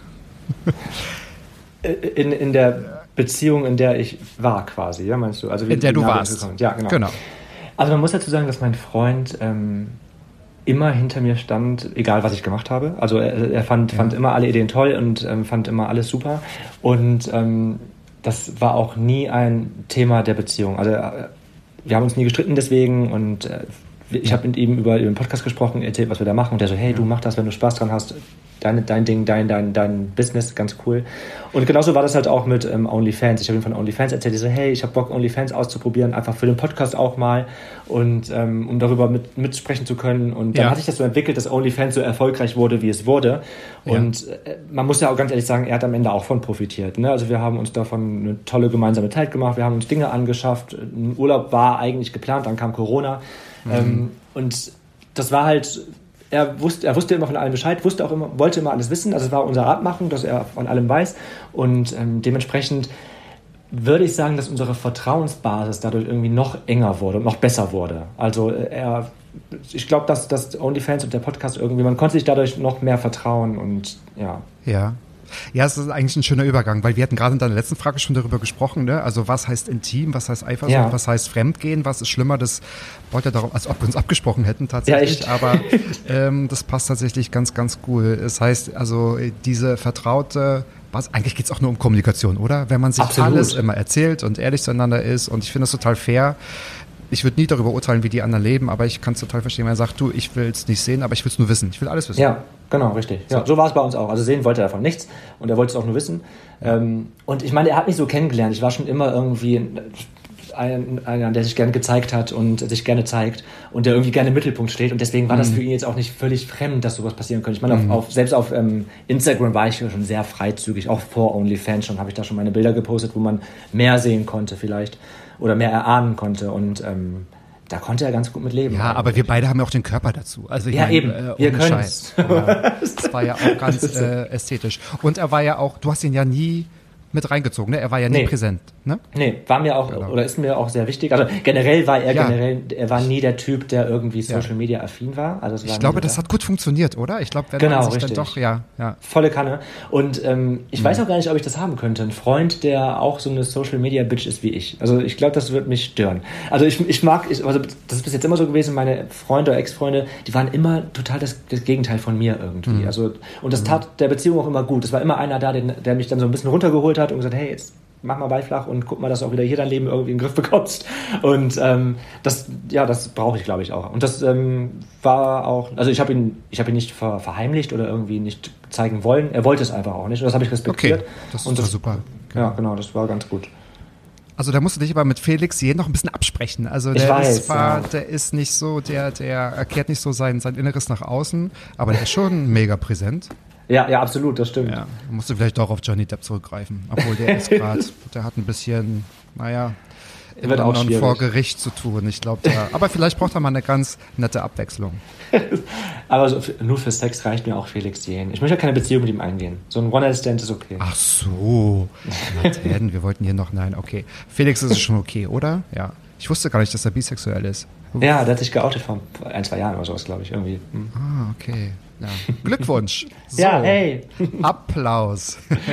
In der Beziehung, in der ich war quasi, ja, meinst du? Also in der du warst. Ja, genau. Also man muss dazu sagen, dass mein Freund immer hinter mir stand, egal was ich gemacht habe. Also er fand immer alle Ideen toll und fand immer alles super. Und das war auch nie ein Thema der Beziehung. Also wir haben uns nie gestritten deswegen und ich habe mit ihm über den Podcast gesprochen, erzählt, was wir da machen und der so, hey, du mach das, wenn du Spaß dran hast, dein Ding, dein Business, ganz cool. Und genauso war das halt auch mit OnlyFans. Ich habe ihm von OnlyFans erzählt, ich so, hey, ich habe Bock, OnlyFans auszuprobieren, einfach für den Podcast auch mal und um darüber mitsprechen zu können. Und dann hat sich das so entwickelt, dass OnlyFans so erfolgreich wurde, wie es wurde. Und man muss ja auch ganz ehrlich sagen, er hat am Ende auch von profitiert. Ne? Also wir haben uns davon eine tolle gemeinsame Zeit gemacht, wir haben uns Dinge angeschafft. Ein Urlaub war eigentlich geplant, dann kam Corona. Und das war halt... Er wusste immer von allem Bescheid, wollte immer alles wissen. Also es war unsere Abmachung, dass er von allem weiß. Und dementsprechend würde ich sagen, dass unsere Vertrauensbasis dadurch irgendwie noch enger wurde und noch besser wurde. Also ich glaube, dass OnlyFans und der Podcast irgendwie, man konnte sich dadurch noch mehr vertrauen und ja. Ja, es ist eigentlich ein schöner Übergang, weil wir hatten gerade in deiner letzten Frage schon darüber gesprochen, ne? Also was heißt intim, was heißt Eifersucht, was heißt Fremdgehen, was ist schlimmer, das wollte darum, als ob wir uns abgesprochen hätten tatsächlich, aber das passt tatsächlich ganz, ganz cool. Es heißt also diese vertraute, eigentlich geht es auch nur um Kommunikation, oder? Wenn man sich alles immer erzählt und ehrlich zueinander ist und ich finde das total fair. Ich würde nie darüber urteilen, wie die anderen leben, aber ich kann es total verstehen, wenn er sagt, du, ich will es nicht sehen, aber ich will es nur wissen. Ich will alles wissen. Ja, genau, richtig. Ja, so war es bei uns auch. Also sehen wollte er davon nichts und er wollte es auch nur wissen. Und ich meine, er hat mich so kennengelernt. Ich war schon immer irgendwie einer, der sich gerne gezeigt hat und sich gerne zeigt und der irgendwie gerne im Mittelpunkt steht. Und deswegen war das für ihn jetzt auch nicht völlig fremd, dass sowas passieren könnte. Ich meine, selbst auf Instagram war ich schon sehr freizügig. Auch vor OnlyFans schon habe ich da schon meine Bilder gepostet, wo man mehr sehen konnte vielleicht. Oder mehr erahnen konnte und da konnte er ganz gut mit leben. Ja, aber wir beide haben ja auch den Körper dazu. Also eben, wir können es. Das war ja auch ganz ästhetisch. Und er war ja auch, du hast ihn ja nie mit reingezogen, ne? Er war ja nie präsent, ne? Nee, war mir auch, oder ist mir auch sehr wichtig. Also generell war er er war nie der Typ, der irgendwie Social Media affin war. Also ich glaube, das hat gut funktioniert, oder? Ich glaube, wenn man sich dann doch, volle Kanne. Und ich weiß auch gar nicht, ob ich das haben könnte. Ein Freund, der auch so eine Social Media Bitch ist wie ich. Also ich glaube, das wird mich stören. Also also das ist bis jetzt immer so gewesen, meine Freunde oder Ex-Freunde, die waren immer total das Gegenteil von mir irgendwie. Also, und das tat der Beziehung auch immer gut. Es war immer einer da, der mich dann so ein bisschen runtergeholt hat und gesagt, hey, jetzt mach mal Beiflach und guck mal, dass du auch wieder hier dein Leben irgendwie in den Griff bekommst. Und das brauche ich, glaube ich, auch. Und das war auch, also ich habe ihn nicht verheimlicht oder irgendwie nicht zeigen wollen. Er wollte es einfach auch nicht und das habe ich respektiert. Okay, das ist super. Ja, genau, das war ganz gut. Also da musst du dich aber mit Felix jeden noch ein bisschen absprechen. Also der ist nicht so, der erklärt nicht so sein Inneres nach außen, aber der ist schon mega präsent. Ja, absolut, das stimmt. Ja, musst du vielleicht auch auf Johnny Depp zurückgreifen. Obwohl der ist gerade, der hat ein bisschen, in London vor Gericht zu tun. Ich glaube, aber vielleicht braucht er mal eine ganz nette Abwechslung. Aber nur für Sex reicht mir auch Felix Jähn. Ich möchte ja keine Beziehung mit ihm eingehen. So ein One-Night-Stand ist okay. Ach so. Wir wollten hier noch, nein, okay. Felix ist es schon okay, oder? Ja. Ich wusste gar nicht, dass er bisexuell ist. Ja, der hat sich geoutet vor 1-2 Jahren oder sowas, glaube ich, irgendwie. Ah, okay. Ja. Glückwunsch. So, ja, hey. Applaus.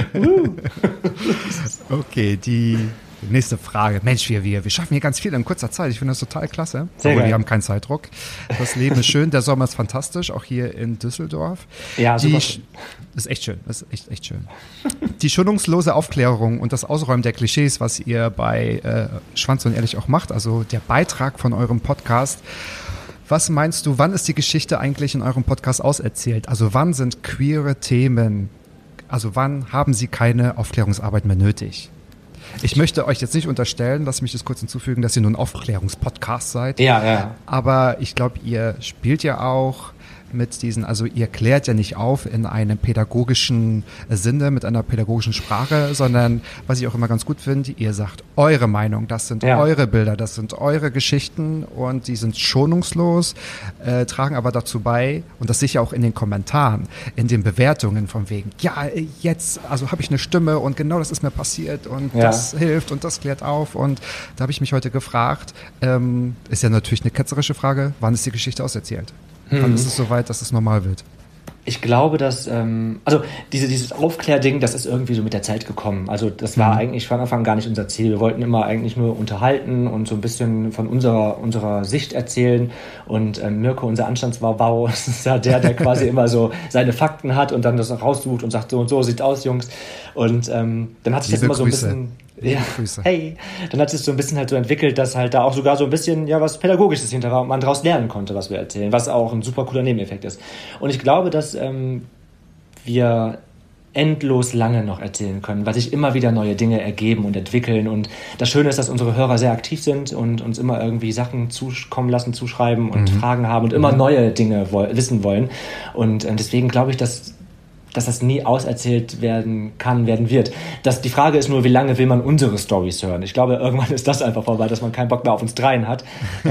Okay, die nächste Frage. Mensch, wir schaffen hier ganz viel in kurzer Zeit. Ich finde das total klasse. Aber wir haben keinen Zeitdruck. Das Leben ist schön, der Sommer ist fantastisch, auch hier in Düsseldorf. Ja, super schön. Das ist echt schön. Das ist echt schön. Die schonungslose Aufklärung und das Ausräumen der Klischees, was ihr bei Schwanz und Ehrlich auch macht, also der Beitrag von eurem Podcast. Was meinst du, wann ist die Geschichte eigentlich in eurem Podcast auserzählt? Also wann sind queere Themen, also wann haben sie keine Aufklärungsarbeit mehr nötig? Ich möchte euch jetzt nicht unterstellen, lass mich das kurz hinzufügen, dass ihr nur ein Aufklärungspodcast seid. Ja. Aber ich glaube, ihr spielt ja auch mit diesen, also ihr klärt ja nicht auf in einem pädagogischen Sinne, mit einer pädagogischen Sprache, sondern was ich auch immer ganz gut finde, ihr sagt eure Meinung, das sind eure Bilder, das sind eure Geschichten und die sind schonungslos, tragen aber dazu bei, und das sehe ich ja auch in den Kommentaren, in den Bewertungen von wegen, ja, jetzt, also habe ich eine Stimme und genau das ist mir passiert und das hilft und das klärt auf, und da habe ich mich heute gefragt, ist ja natürlich eine ketzerische Frage, wann ist die Geschichte auserzählt? Wann ist es soweit, dass es normal wird? Ich glaube, dass, also dieses Aufklärding, das ist irgendwie so mit der Zeit gekommen. Also das war eigentlich von Anfang an gar nicht unser Ziel. Wir wollten immer eigentlich nur unterhalten und so ein bisschen von unserer Sicht erzählen. Und Mirko, unser Anstandswau, ist ja der quasi immer so seine Fakten hat und dann das raussucht und sagt, so und so sieht's aus, Jungs. Und dann hat sich das immer so ein bisschen... Ja, hey. Dann hat es so ein bisschen halt so entwickelt, dass halt da auch sogar so ein bisschen was Pädagogisches hinter war und man daraus lernen konnte, was wir erzählen, was auch ein super cooler Nebeneffekt ist. Und ich glaube, dass wir endlos lange noch erzählen können, weil sich immer wieder neue Dinge ergeben und entwickeln. Und das Schöne ist, dass unsere Hörer sehr aktiv sind und uns immer irgendwie Sachen zukommen lassen, zuschreiben und Fragen haben und immer neue Dinge wissen wollen. Und deswegen glaube ich, dass das nie auserzählt werden wird. Die Frage ist nur, wie lange will man unsere Storys hören? Ich glaube, irgendwann ist das einfach vorbei, dass man keinen Bock mehr auf uns dreien hat.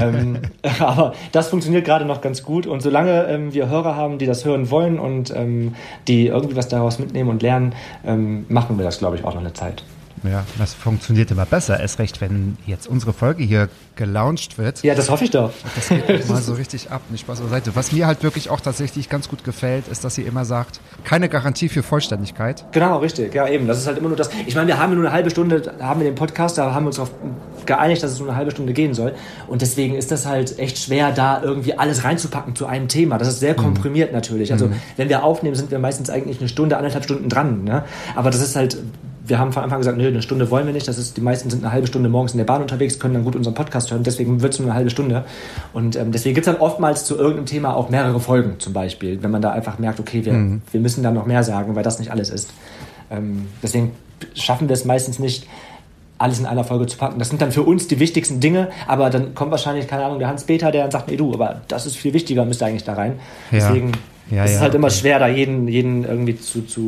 Aber das funktioniert gerade noch ganz gut. Und solange wir Hörer haben, die das hören wollen und die irgendwie was daraus mitnehmen und lernen, machen wir das, glaube ich, auch noch eine Zeit. Ja, das funktioniert immer besser. Erst recht, wenn jetzt unsere Folge hier gelauncht wird. Ja, das hoffe ich doch. Das geht mal so richtig ab, nicht Spaß beiseite. Was mir halt wirklich auch tatsächlich ganz gut gefällt, ist, dass sie immer sagt, keine Garantie für Vollständigkeit. Genau, richtig. Ja, eben. Das ist halt immer nur das. Ich meine, wir haben nur eine halbe Stunde, haben wir den Podcast, da haben wir uns darauf geeinigt, dass es nur eine halbe Stunde gehen soll. Und deswegen ist das halt echt schwer, da irgendwie alles reinzupacken zu einem Thema. Das ist sehr komprimiert natürlich. Also, wenn wir aufnehmen, sind wir meistens eigentlich eine Stunde, 1,5 Stunden dran. Ne? Aber das ist halt... Wir haben von Anfang gesagt, eine Stunde wollen wir nicht. Die meisten sind eine halbe Stunde morgens in der Bahn unterwegs, können dann gut unseren Podcast hören. Deswegen wird es nur eine halbe Stunde. Und deswegen gibt es dann oftmals zu irgendeinem Thema auch mehrere Folgen zum Beispiel. Wenn man da einfach merkt, okay, wir müssen da noch mehr sagen, weil das nicht alles ist. Deswegen schaffen wir es meistens nicht, alles in einer Folge zu packen. Das sind dann für uns die wichtigsten Dinge, aber dann kommt wahrscheinlich, keine Ahnung, der Hans-Peter, der dann sagt, nee, du, aber das ist viel wichtiger, müsste eigentlich da rein. Deswegen ist es halt immer schwer, da jeden irgendwie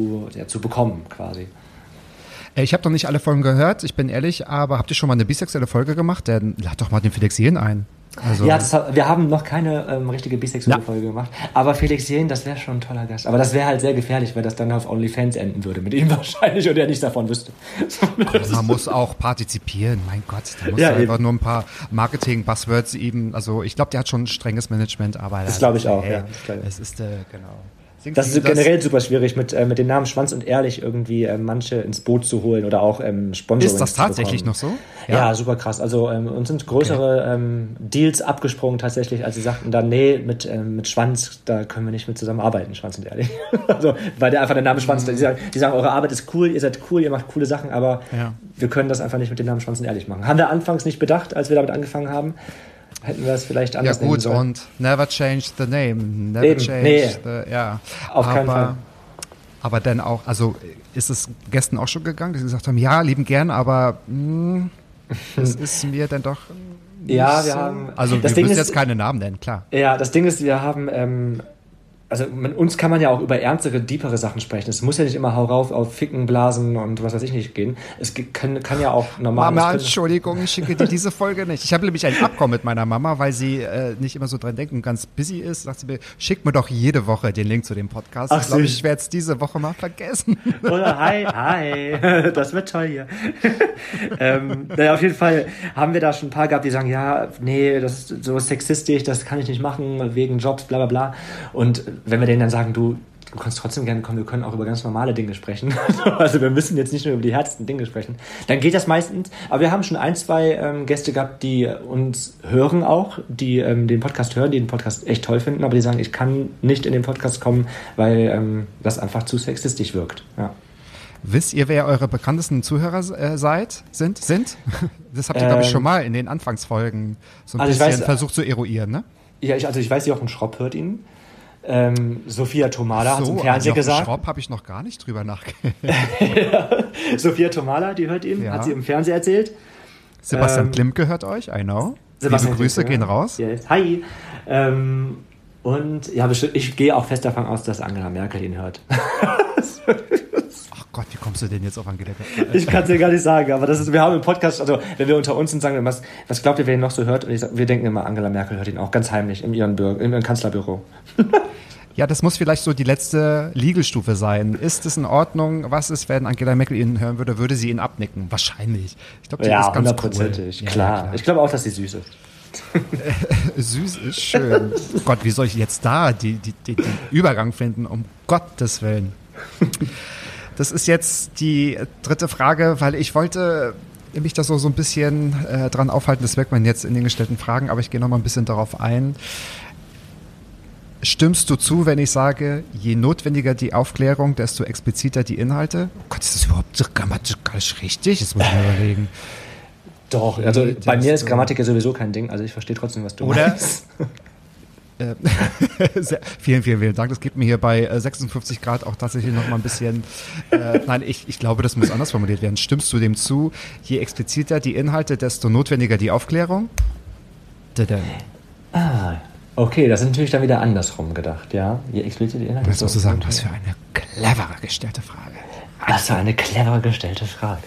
zu bekommen, quasi. Ich habe noch nicht alle Folgen gehört, ich bin ehrlich, aber habt ihr schon mal eine bisexuelle Folge gemacht? Dann lad doch mal den Felix Jähn ein. Also ja, wir haben noch keine richtige bisexuelle Folge gemacht, aber Felix Jähn, das wäre schon ein toller Gast. Aber das wäre halt sehr gefährlich, weil das dann auf OnlyFans enden würde mit ihm wahrscheinlich und er nichts davon wüsste. Man muss auch partizipieren, mein Gott, da muss einfach nur ein paar Marketing-Buzzwords eben, also ich glaube, der hat schon ein strenges Management, aber das glaube ich auch, es ist, genau. Das ist generell super schwierig, mit den Namen Schwanz und Ehrlich irgendwie manche ins Boot zu holen oder auch Sponsoring. Ist das tatsächlich noch so? Ja, super krass. Also uns sind größere Deals abgesprungen tatsächlich, als sie sagten dann, nee, mit Schwanz, da können wir nicht mit zusammenarbeiten, Schwanz und Ehrlich. Also, weil der Name Schwanz, die sagen, eure Arbeit ist cool, ihr seid cool, ihr macht coole Sachen, aber wir können das einfach nicht mit dem Namen Schwanz und Ehrlich machen. Haben wir anfangs nicht bedacht, als wir damit angefangen haben. Hätten wir es vielleicht anders nennen sollen. Ja gut, und never change the name. Never change the, Auf keinen Fall. Aber dann auch, also ist es Gästen auch schon gegangen, die gesagt haben, ja, lieben gern, aber das ist mir dann doch nicht wir haben... Also wir müssen jetzt keine Namen nennen, klar. Ja, das Ding ist, wir haben... Also mit uns kann man ja auch über ernstere, deepere Sachen sprechen. Es muss ja nicht immer hau rauf auf Ficken, Blasen und was weiß ich nicht gehen. Es kann ja auch normal... Mama, Entschuldigung, ich schicke dir diese Folge nicht. Ich habe nämlich ein Abkommen mit meiner Mama, weil sie nicht immer so dran denkt und ganz busy ist. Sagt sie mir, schick mir doch jede Woche den Link zu dem Podcast. Ach, ich glaube, ich werde es diese Woche mal vergessen. Oder hi, das wird toll hier. Auf jeden Fall haben wir da schon ein paar gehabt, die sagen, ja, nee, das ist so sexistisch, das kann ich nicht machen, wegen Jobs, bla bla bla. Und wenn wir denen dann sagen, du kannst trotzdem gerne kommen, wir können auch über ganz normale Dinge sprechen. Also wir müssen jetzt nicht nur über die härtesten Dinge sprechen. Dann geht das meistens. Aber wir haben schon 1, 2 Gäste gehabt, die uns hören auch, die den Podcast hören, die den Podcast echt toll finden, aber die sagen, ich kann nicht in den Podcast kommen, weil das einfach zu sexistisch wirkt. Ja. Wisst ihr, wer eure bekanntesten Zuhörer sind? Das habt ihr, glaube ich, schon mal in den Anfangsfolgen so ein bisschen versucht zu eruieren, ne? Ja, ich weiß, Jochen Schropp hört ihn. Sophia Tomala hat es im Fernsehen gesagt. Schropp habe ich noch gar nicht drüber nachgedacht. Sophia Tomala, die hört ihn, hat sie im Fernsehen erzählt. Sebastian Klimke hört euch, I know. Liebe Grüße gehen raus. Yes. Hi. Und ja, ich gehe auch fest davon aus, dass Angela Merkel ihn hört. Ach Gott, wie kommst du denn jetzt auf Angela Merkel? Ich kann es dir gar nicht sagen, aber wir haben im Podcast, also wenn wir unter uns sind, sagen wir, was glaubt ihr, wer ihn noch so hört? Und wir denken immer, Angela Merkel hört ihn auch ganz heimlich in ihrem Kanzlerbüro. Ja, das muss vielleicht so die letzte Legal-Stufe sein. Ist es in Ordnung? Was ist, wenn Angela Merkel ihn hören würde? Würde sie ihn abnicken? Wahrscheinlich. Ich glaube, die ist ganz cool. Klar. Ja, ich glaube auch, dass sie süß ist. Süß ist schön. Gott, wie soll ich jetzt da den Übergang finden? Um Gottes Willen. Das ist jetzt die dritte Frage, weil ich wollte mich da so ein bisschen dran aufhalten. Das merkt man jetzt in den gestellten Fragen, aber ich gehe noch mal ein bisschen darauf ein. Stimmst du zu, wenn ich sage, je notwendiger die Aufklärung, desto expliziter die Inhalte? Oh Gott, ist das überhaupt grammatisch richtig? Das muss ich mir überlegen. Doch, also bei mir ist Grammatik ja sowieso kein Ding, also ich verstehe trotzdem, was du meinst. Vielen, vielen, vielen Dank. Das gibt mir hier bei 56 Grad auch tatsächlich noch mal ein bisschen, nein, ich glaube, das muss anders formuliert werden. Stimmst du dem zu, je expliziter die Inhalte, desto notwendiger die Aufklärung? Okay, das ist natürlich dann wieder andersrum gedacht, ja. Je expliziter die Inhalte. Das musst du sagen, was für eine clevere gestellte Frage. Was für eine clevere gestellte Frage.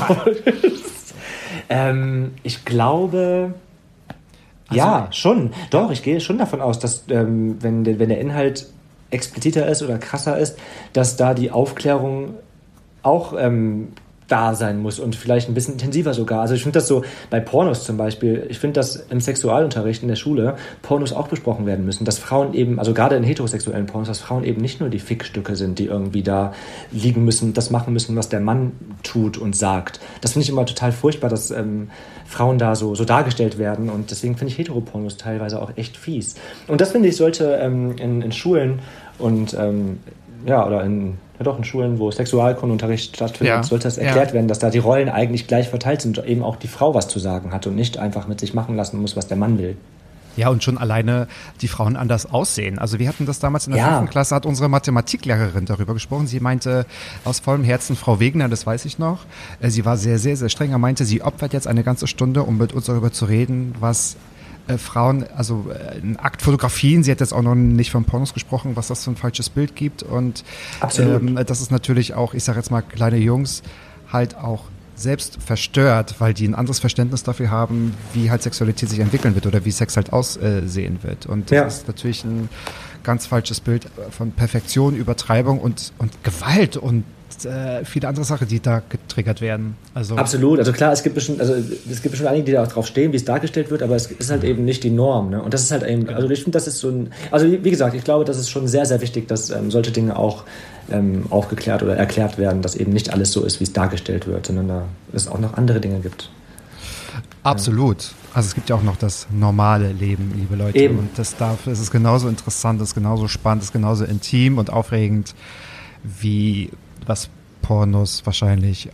Ich glaube, ja, schon. Doch, ich gehe schon davon aus, dass wenn der Inhalt expliziter ist oder krasser ist, dass da die Aufklärung auch da sein muss und vielleicht ein bisschen intensiver sogar. Also ich finde das so bei Pornos zum Beispiel, ich finde, dass im Sexualunterricht in der Schule Pornos auch besprochen werden müssen, dass Frauen eben, also gerade in heterosexuellen Pornos, dass Frauen eben nicht nur die Fickstücke sind, die irgendwie da liegen müssen, das machen müssen, was der Mann tut und sagt. Das finde ich immer total furchtbar, dass Frauen da so dargestellt werden und deswegen finde ich Heteropornos teilweise auch echt fies. Und das finde ich sollte in Schulen und in Schulen, wo Sexualkundeunterricht stattfindet, sollte das erklärt werden, dass da die Rollen eigentlich gleich verteilt sind und eben auch die Frau was zu sagen hat und nicht einfach mit sich machen lassen muss, was der Mann will. Ja, und schon alleine die Frauen anders aussehen. Also wir hatten das damals in der 5. Klasse, hat unsere Mathematiklehrerin darüber gesprochen. Sie meinte aus vollem Herzen, Frau Wegner, das weiß ich noch, sie war sehr, sehr, sehr streng. Er meinte, sie opfert jetzt eine ganze Stunde, um mit uns darüber zu reden, was Frauen, also Akt Fotografien, sie hat jetzt auch noch nicht von Pornos gesprochen, was das für ein falsches Bild gibt und das ist natürlich auch, ich sage jetzt mal, kleine Jungs halt auch selbst verstört, weil die ein anderes Verständnis dafür haben, wie halt Sexualität sich entwickeln wird oder wie Sex halt aussehen wird und das ist natürlich ein ganz falsches Bild von Perfektion, Übertreibung und Gewalt und viele andere Sachen, die da getriggert werden. Also absolut, also klar, es gibt bestimmt einige, die da auch drauf stehen, wie es dargestellt wird, aber es ist halt eben nicht die Norm, ne? Und das ist halt eben, also ich finde, das ist so ein, also wie gesagt, ich glaube, das ist schon sehr, sehr wichtig, dass solche Dinge auch aufgeklärt oder erklärt werden, dass eben nicht alles so ist, wie es dargestellt wird, sondern da es auch noch andere Dinge gibt. Absolut. Also es gibt ja auch noch das normale Leben, liebe Leute. Eben. Und dafür ist es genauso interessant, ist genauso spannend, ist genauso intim und aufregend, wie was Pornos wahrscheinlich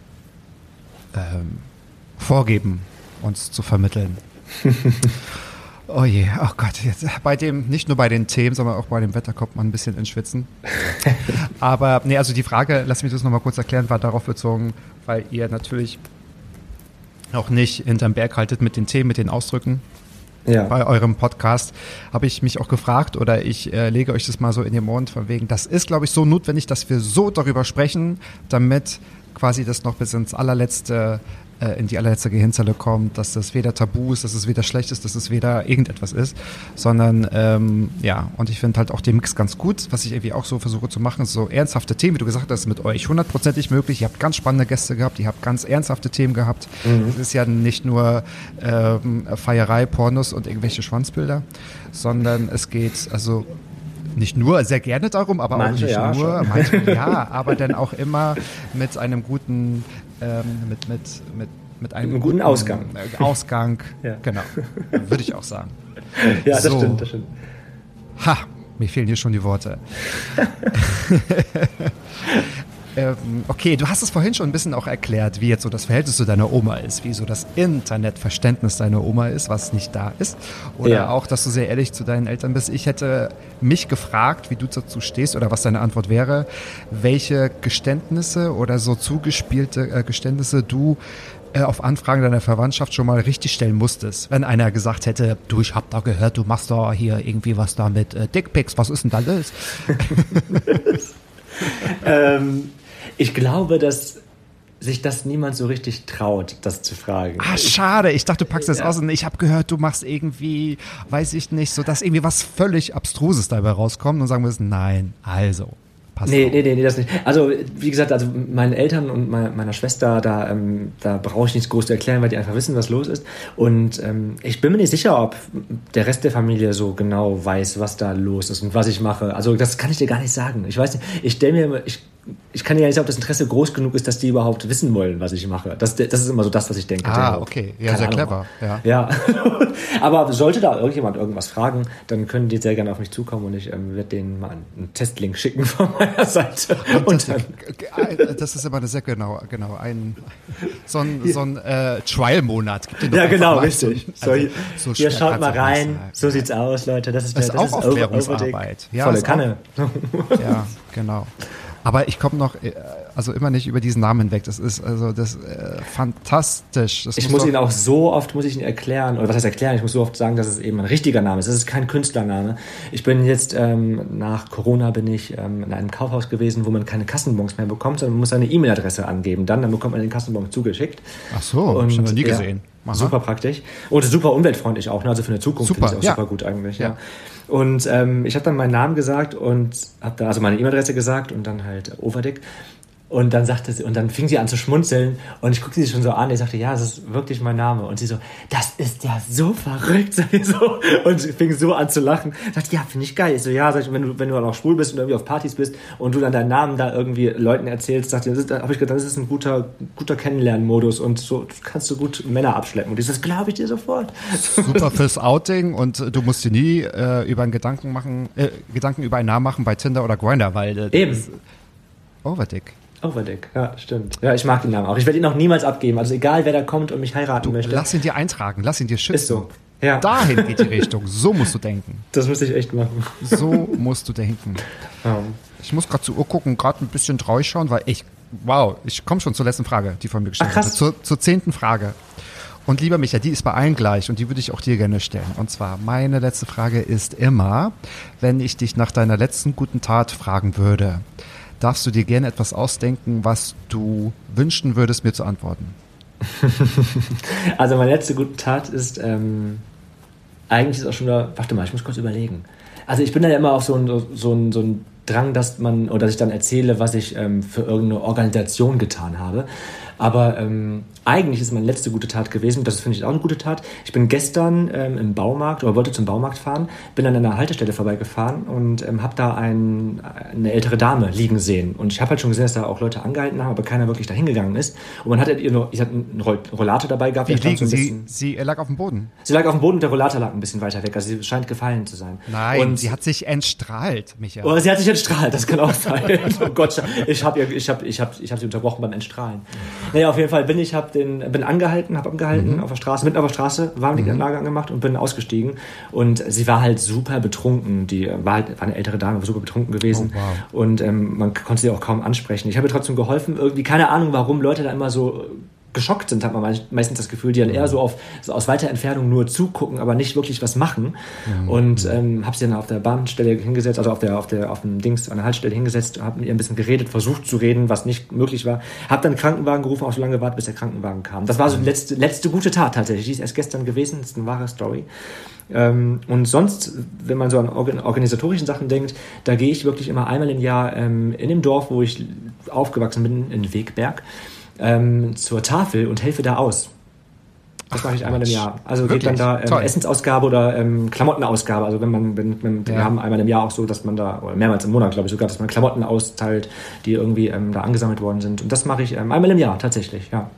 vorgeben, uns zu vermitteln. Oh je, oh Gott, jetzt nicht nur bei den Themen, sondern auch bei dem Wetter kommt man ein bisschen ins Schwitzen. Aber nee, also die Frage, lass mich das nochmal kurz erklären, war darauf bezogen, weil ihr natürlich auch nicht hinterm Berg haltet mit den Themen, mit den Ausdrücken. Ja. Bei eurem Podcast habe ich mich auch gefragt oder ich lege euch das mal so in den Mund von wegen, das ist, glaube ich, so notwendig, dass wir so darüber sprechen, damit quasi das noch bis in die allerletzte Gehirnzelle kommt, dass das weder tabu ist, dass es weder schlecht ist, dass es weder irgendetwas ist, sondern und ich finde halt auch den Mix ganz gut, was ich irgendwie auch so versuche zu machen, so ernsthafte Themen, wie du gesagt hast, mit euch 100%ig möglich, ihr habt ganz spannende Gäste gehabt, ihr habt ganz ernsthafte Themen gehabt, es ist ja nicht nur Feierei, Pornos und irgendwelche Schwanzbilder, sondern es geht also nicht nur sehr gerne darum, aber manche, auch nicht nur, manche, aber dann auch immer mit einem guten mit einem guten Ausgang. Ja. Genau, würde ich auch sagen. Ja, das stimmt. Ha, mir fehlen hier schon die Worte. Okay, du hast es vorhin schon ein bisschen auch erklärt, wie jetzt so das Verhältnis zu deiner Oma ist, wie so das Internetverständnis deiner Oma ist, was nicht da ist. Oder auch, dass du sehr ehrlich zu deinen Eltern bist. Ich hätte mich gefragt, wie du dazu stehst oder was deine Antwort wäre, welche Geständnisse oder so zugespielte Geständnisse du auf Anfragen deiner Verwandtschaft schon mal richtig stellen musstest? Wenn einer gesagt hätte, du, ich hab da gehört, du machst da hier irgendwie was da mit Dickpics, was ist denn da los? Ich glaube, dass sich das niemand so richtig traut, das zu fragen. Ah, schade. Ich dachte, du packst das aus und ich habe gehört, du machst irgendwie, weiß ich nicht, so dass irgendwie was völlig Abstruses dabei rauskommt und sagen wir nein, also. Nee, das nicht. Also, wie gesagt, also meinen Eltern und meiner Schwester, da brauche ich nichts groß zu erklären, weil die einfach wissen, was los ist. Und ich bin mir nicht sicher, ob der Rest der Familie so genau weiß, was da los ist und was ich mache. Also, das kann ich dir gar nicht sagen. Ich weiß nicht, ich kann ja nicht sagen, ob das Interesse groß genug ist, dass die überhaupt wissen wollen, was ich mache. Das ist immer so das, was ich denke. Okay. Ja, sehr clever. Ja. Aber sollte da irgendjemand irgendwas fragen, dann können die sehr gerne auf mich zukommen und ich werde denen mal einen Testlink schicken von meiner Seite. Das ist immer eine sehr genau so ein Trial-Monat. Ja, genau, richtig. So hier schaut mal rein, so sieht's aus, Leute. Das ist auch Aufklärungsarbeit. Volle Kanne. Ja, genau. Aber ich komme noch, also immer nicht über diesen Namen weg. Das ist fantastisch. Ich muss ihn auch so oft, erklären, oder was heißt erklären? Ich muss so oft sagen, dass es eben ein richtiger Name ist. Es ist kein Künstlername. Ich bin jetzt, nach Corona bin ich in einem Kaufhaus gewesen, wo man keine Kassenbons mehr bekommt, sondern man muss seine E-Mail-Adresse angeben. Dann bekommt man den Kassenbon zugeschickt. Ach so, ich habe noch nie gesehen. Aha. Super praktisch. Und super umweltfreundlich auch, ne? Also für eine Zukunft finde ich auch super gut eigentlich. Ja. Und ich habe dann meinen Namen gesagt und habe da also meine E-Mail-Adresse gesagt und dann halt Overdick. Und dann sagte sie, und dann fing sie an zu schmunzeln und ich guckte sie schon so an. Ich sagte, ja, das ist wirklich mein Name. Und sie so, das ist ja so verrückt, sag ich so. Und sie fing so an zu lachen. Sagt, ja, finde ich geil. Ich so, ja, sag ich, wenn du dann auch schwul bist und irgendwie auf Partys bist und du dann deinen Namen da irgendwie Leuten erzählst, sagt sie, habe ich gedacht, das ist ein guter Kennenlernmodus und so kannst du gut Männer abschleppen. Und ich so, das glaube ich dir sofort. Super fürs Outing und du musst dir nie Gedanken über einen Namen machen bei Tinder oder Grindr, weil eben. Overdick, ja, stimmt. Ja, ich mag den Namen auch. Ich werde ihn auch niemals abgeben. Also egal, wer da kommt und mich heiraten möchte. Lass ihn dir eintragen, lass ihn dir schützen. Ist so. Ja. Dahin geht die Richtung. So musst du denken. Das muss ich echt machen. So musst du denken. Ich muss gerade zur Uhr gucken, gerade ein bisschen traurig schauen, weil ich komme schon zur letzten Frage, die von mir gestellt wurde. Zur 10. Frage. Und lieber Micha, die ist bei allen gleich und die würde ich auch dir gerne stellen. Und zwar, meine letzte Frage ist immer, wenn ich dich nach deiner letzten guten Tat fragen würde, darfst du dir gerne etwas ausdenken, was du wünschen würdest, mir zu antworten? Also meine letzte gute Tat ist, eigentlich ist auch schon da, warte mal, ich muss kurz überlegen. Also ich bin da ja immer auf so ein Drang, dass ich dann erzähle, was ich für irgendeine Organisation getan habe. Aber eigentlich ist meine letzte gute Tat gewesen, das finde ich auch eine gute Tat. Ich bin gestern im Baumarkt oder wollte zum Baumarkt fahren, bin an einer Haltestelle vorbeigefahren und habe da eine ältere Dame liegen sehen. Und ich habe halt schon gesehen, dass da auch Leute angehalten haben, aber keiner wirklich dahin gegangen ist. Und man hat halt einen Rollator dabei gehabt. Sie lag auf dem Boden? Sie lag auf dem Boden und der Rollator lag ein bisschen weiter weg. Also sie scheint gefallen zu sein. Nein, und sie hat sich entstrahlt, Michael. Oder sie hat sich entstrahlt, das kann auch sein. Oh Gott, ich hab sie unterbrochen beim Entstrahlen. Naja, auf jeden Fall bin angehalten auf der Straße, mitten auf der Straße, Warnblinkanlage angemacht und bin ausgestiegen. Und sie war halt super betrunken. Die war eine ältere Dame, war super betrunken gewesen. Oh, wow. Und man konnte sie auch kaum ansprechen. Ich habe ihr trotzdem geholfen. Irgendwie, keine Ahnung, warum Leute da immer so geschockt sind, hat man meistens das Gefühl, die dann eher so aus weiter Entfernung nur zugucken, aber nicht wirklich was machen. Und habe sie dann auf der Bahnstelle hingesetzt, also auf dem Dings an der Haltestelle hingesetzt, habe mit ihr ein bisschen geredet, versucht zu reden, was nicht möglich war. Habe dann einen Krankenwagen gerufen, auch so lange gewartet, bis der Krankenwagen kam. Das war so die letzte gute Tat tatsächlich. Die ist erst gestern gewesen, das ist eine wahre Story. Und sonst, wenn man so an organisatorischen Sachen denkt, da gehe ich wirklich immer einmal im Jahr in dem Dorf, wo ich aufgewachsen bin, in Wegberg, zur Tafel und helfe da aus. Das mache ich einmal im Jahr. Also wirklich? Geht dann da Essensausgabe oder Klamottenausgabe. Also wir haben einmal im Jahr auch so, dass man da, oder mehrmals im Monat, glaube ich sogar, dass man Klamotten austeilt, die irgendwie da angesammelt worden sind. Und das mache ich einmal im Jahr tatsächlich, ja.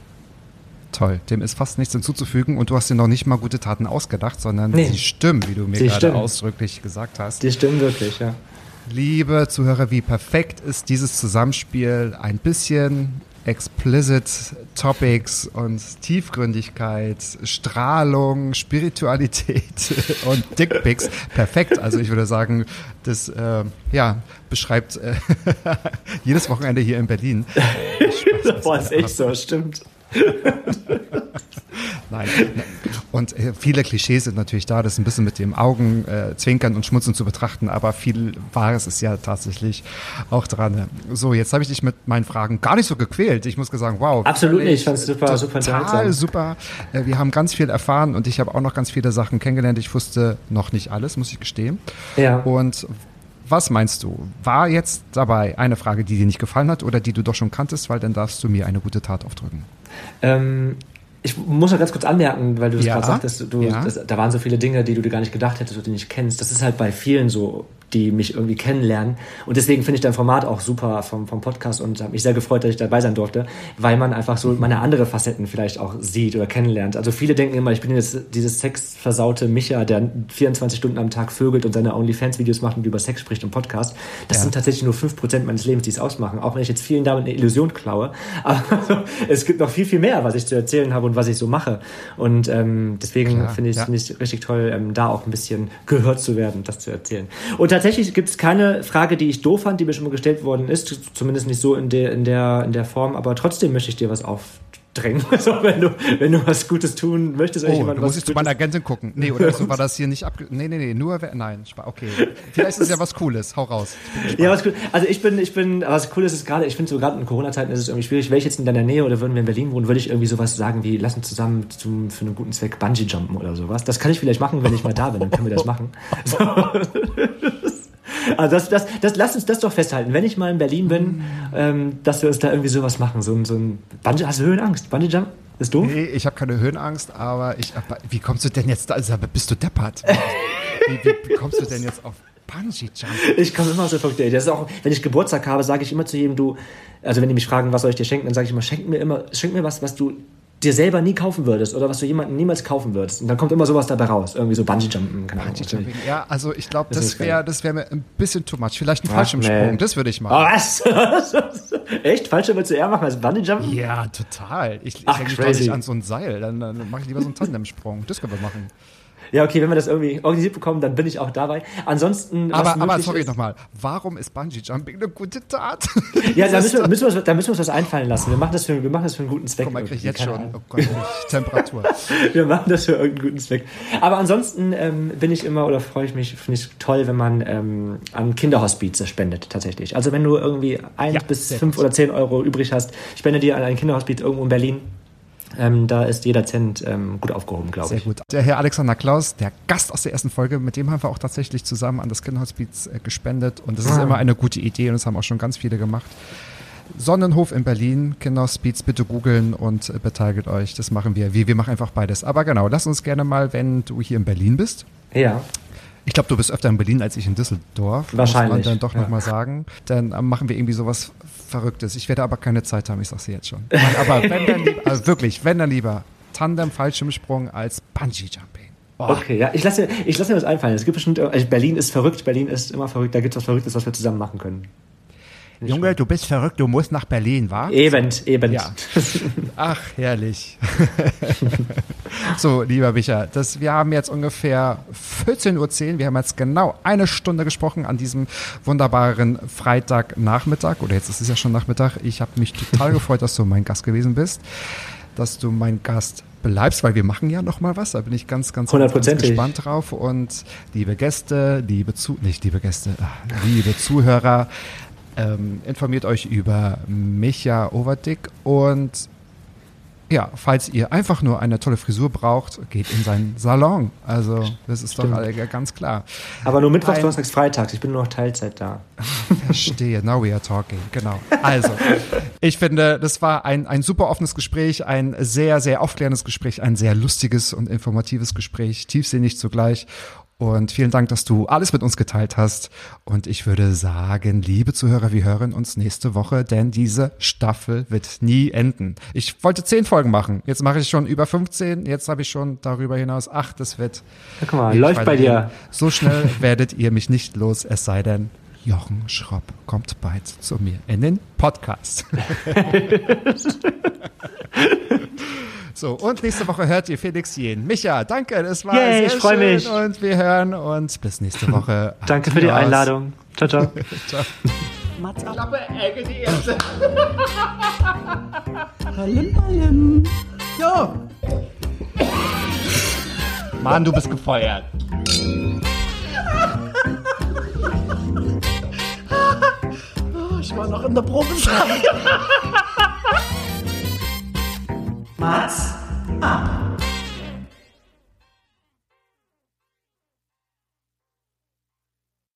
Toll, dem ist fast nichts hinzuzufügen und du hast dir noch nicht mal gute Taten ausgedacht, sondern sie stimmen, wie du mir gerade ausdrücklich gesagt hast. Die stimmen wirklich, ja. Liebe Zuhörer, wie perfekt ist dieses Zusammenspiel, ein bisschen explicit Topics und Tiefgründigkeit, Strahlung, Spiritualität und Dickpics. Perfekt. Also ich würde sagen, das beschreibt jedes Wochenende hier in Berlin. Boah, ist echt so, stimmt. Nein. Und viele Klischees sind natürlich da, das ist ein bisschen mit dem Augen zwinkern und schmunzeln zu betrachten, aber viel Wahres ist ja tatsächlich auch dran. So, jetzt habe ich dich mit meinen Fragen gar nicht so gequält. Ich muss sagen, wow. Absolut nicht, ich fand es super total super. Wir haben ganz viel erfahren und ich habe auch noch ganz viele Sachen kennengelernt. Ich wusste noch nicht alles, muss ich gestehen. Ja. Und was meinst du? War jetzt dabei eine Frage, die dir nicht gefallen hat oder die du doch schon kanntest, weil dann darfst du mir eine gute Tat aufdrücken. Ich muss noch ganz kurz anmerken, weil du das gerade sagtest, da waren so viele Dinge, die du dir gar nicht gedacht hättest oder die du nicht kennst. Das ist halt bei vielen so, die mich irgendwie kennenlernen. Und deswegen finde ich dein Format auch super vom Podcast und habe mich sehr gefreut, dass ich dabei sein durfte, weil man einfach so meine andere Facetten vielleicht auch sieht oder kennenlernt. Also viele denken immer, ich bin jetzt dieses sexversaute Micha, der 24 Stunden am Tag vögelt und seine OnlyFans-Videos macht und über Sex spricht im Podcast. Das sind tatsächlich nur 5% meines Lebens, die es ausmachen. Auch wenn ich jetzt vielen damit eine Illusion klaue. Aber es gibt noch viel, viel mehr, was ich zu erzählen habe und was ich so mache. Und deswegen finde ich es richtig toll, da auch ein bisschen gehört zu werden, das zu erzählen. Und tatsächlich gibt es keine Frage, die ich doof fand, die mir schon mal gestellt worden ist, zumindest nicht so in der Form, aber trotzdem möchte ich dir was aufdrängen. Also wenn du was Gutes tun möchtest. Du musst jetzt zu meiner Agentin gucken. Nee, oder so war das hier nicht Nee, okay. Vielleicht ist es ja was Cooles, hau raus. Ja, was cool. Also was Cooles ist gerade, ich finde so gerade in Corona-Zeiten ist es irgendwie schwierig, wäre ich jetzt in deiner Nähe oder würden wir in Berlin wohnen, würde ich irgendwie sowas sagen wie, lass uns zusammen für einen guten Zweck Bungee-Jumpen oder sowas. Das kann ich vielleicht machen, wenn ich mal da bin, dann können wir das machen. So. Also lass uns das doch festhalten. Wenn ich mal in Berlin bin, dass wir uns da irgendwie sowas machen. So ein Bungee, hast du Höhenangst? Bungee-Jump? Ist doof? Nee, ich habe keine Höhenangst, aber wie kommst du denn jetzt da? Also, bist du deppert? wie kommst du denn jetzt auf Bungee-Jump? Ich komme immer so verrückt. Das ist auch, wenn ich Geburtstag habe, sage ich immer zu jedem, also wenn die mich fragen, was soll ich dir schenken, dann sage ich immer, schenk mir was du dir selber nie kaufen würdest oder was du jemandem niemals kaufen würdest. Und dann kommt immer sowas dabei raus. Irgendwie so Bungee-Jumpen. Bungee-Jumping, ja, also ich glaube, das wär mir ein bisschen too much. Vielleicht ein Fallschirmsprung, das würde ich machen. Oh, was? Echt? Fallschirm würdest du eher machen als Bungee-Jumpen? Ja, total. Ich hänge mich doch nicht an so ein Seil. Dann mache ich lieber so einen Tandemsprung. Das können wir machen. Ja, okay, wenn wir das irgendwie organisiert bekommen, dann bin ich auch dabei. Ansonsten. Aber sorry nochmal, warum ist Bungee-Jumping eine gute Tat? Ja, da müssen wir uns was einfallen lassen. Wir machen das für einen guten Zweck. Guck mal, krieg ich jetzt schon. Oh Gott, Temperatur. Wir machen das für irgendeinen guten Zweck. Aber ansonsten bin ich immer oder freue ich mich, finde ich toll, wenn man an Kinderhospize spendet, tatsächlich. Also wenn du irgendwie 1 bis 5 oder 10 Euro übrig hast, spende dir an ein Kinderhospiz irgendwo in Berlin. Da ist jeder Cent gut aufgehoben, glaube ich. Sehr gut. Der Herr Alexander Klaus, der Gast aus der ersten Folge, mit dem haben wir auch tatsächlich zusammen an das Kinderhospiz gespendet. Und das ist immer eine gute Idee und das haben auch schon ganz viele gemacht. Sonnenhof in Berlin, Kinderhospiz, bitte googeln und beteiligt euch. Das machen wir. Wir machen einfach beides. Aber genau, lass uns gerne mal, wenn du hier in Berlin bist. Ja. Ich glaube, du bist öfter in Berlin als ich in Düsseldorf. Wahrscheinlich. Muss man dann doch nochmal sagen. Dann machen wir irgendwie sowas Verrücktes. Ich werde aber keine Zeit haben, ich sag's dir jetzt schon. Aber wenn dann lieber Tandem, Fallschirmsprung als Bungee-Jumping. Oh. Okay, ja, ich lasse mir was einfallen. Es gibt bestimmt, Berlin ist verrückt, Berlin ist immer verrückt, da gibt es was Verrücktes, was wir zusammen machen können. Junge, du bist verrückt, du musst nach Berlin, wa? Eben. Ja. Ach, herrlich. So, lieber Micha, wir haben jetzt ungefähr 14:10 Uhr. Wir haben jetzt genau 1 Stunde gesprochen an diesem wunderbaren Freitagnachmittag. Oder jetzt ist es ja schon Nachmittag. Ich habe mich total gefreut, dass du mein Gast gewesen bist. Dass du mein Gast bleibst, weil wir machen ja noch mal was. Da bin ich ganz gespannt drauf. Und liebe Zuhörer, informiert euch über Micha Overdick und ja, falls ihr einfach nur eine tolle Frisur braucht, geht in seinen Salon. Also das ist doch ganz klar. Aber nur Mittwochs, Donnerstags, Freitags. Ich bin nur noch Teilzeit da. Verstehe. Now we are talking. Genau. Also, ich finde, das war ein super offenes Gespräch, ein sehr, sehr aufklärendes Gespräch, ein sehr lustiges und informatives Gespräch, tiefsinnig zugleich. Und vielen Dank, dass du alles mit uns geteilt hast. Und ich würde sagen, liebe Zuhörer, wir hören uns nächste Woche, denn diese Staffel wird nie enden. Ich wollte 10 Folgen machen. Jetzt mache ich schon über 15. Jetzt habe ich schon darüber hinaus 8. Das wird... Ja, guck mal, läuft bei dir. So schnell werdet ihr mich nicht los, es sei denn, Jochen Schropp kommt bald zu mir in den Podcast. So, und nächste Woche hört ihr Felix Jähn. Micha, danke, das war sehr ich freue mich. Und wir hören uns bis nächste Woche. Danke für die Einladung. Ciao, ciao. Ciao. Mats ab. Klappe, Ecke, die erste. Palim. So. Mann, du bist gefeuert. Ich war noch in der Probe. Mats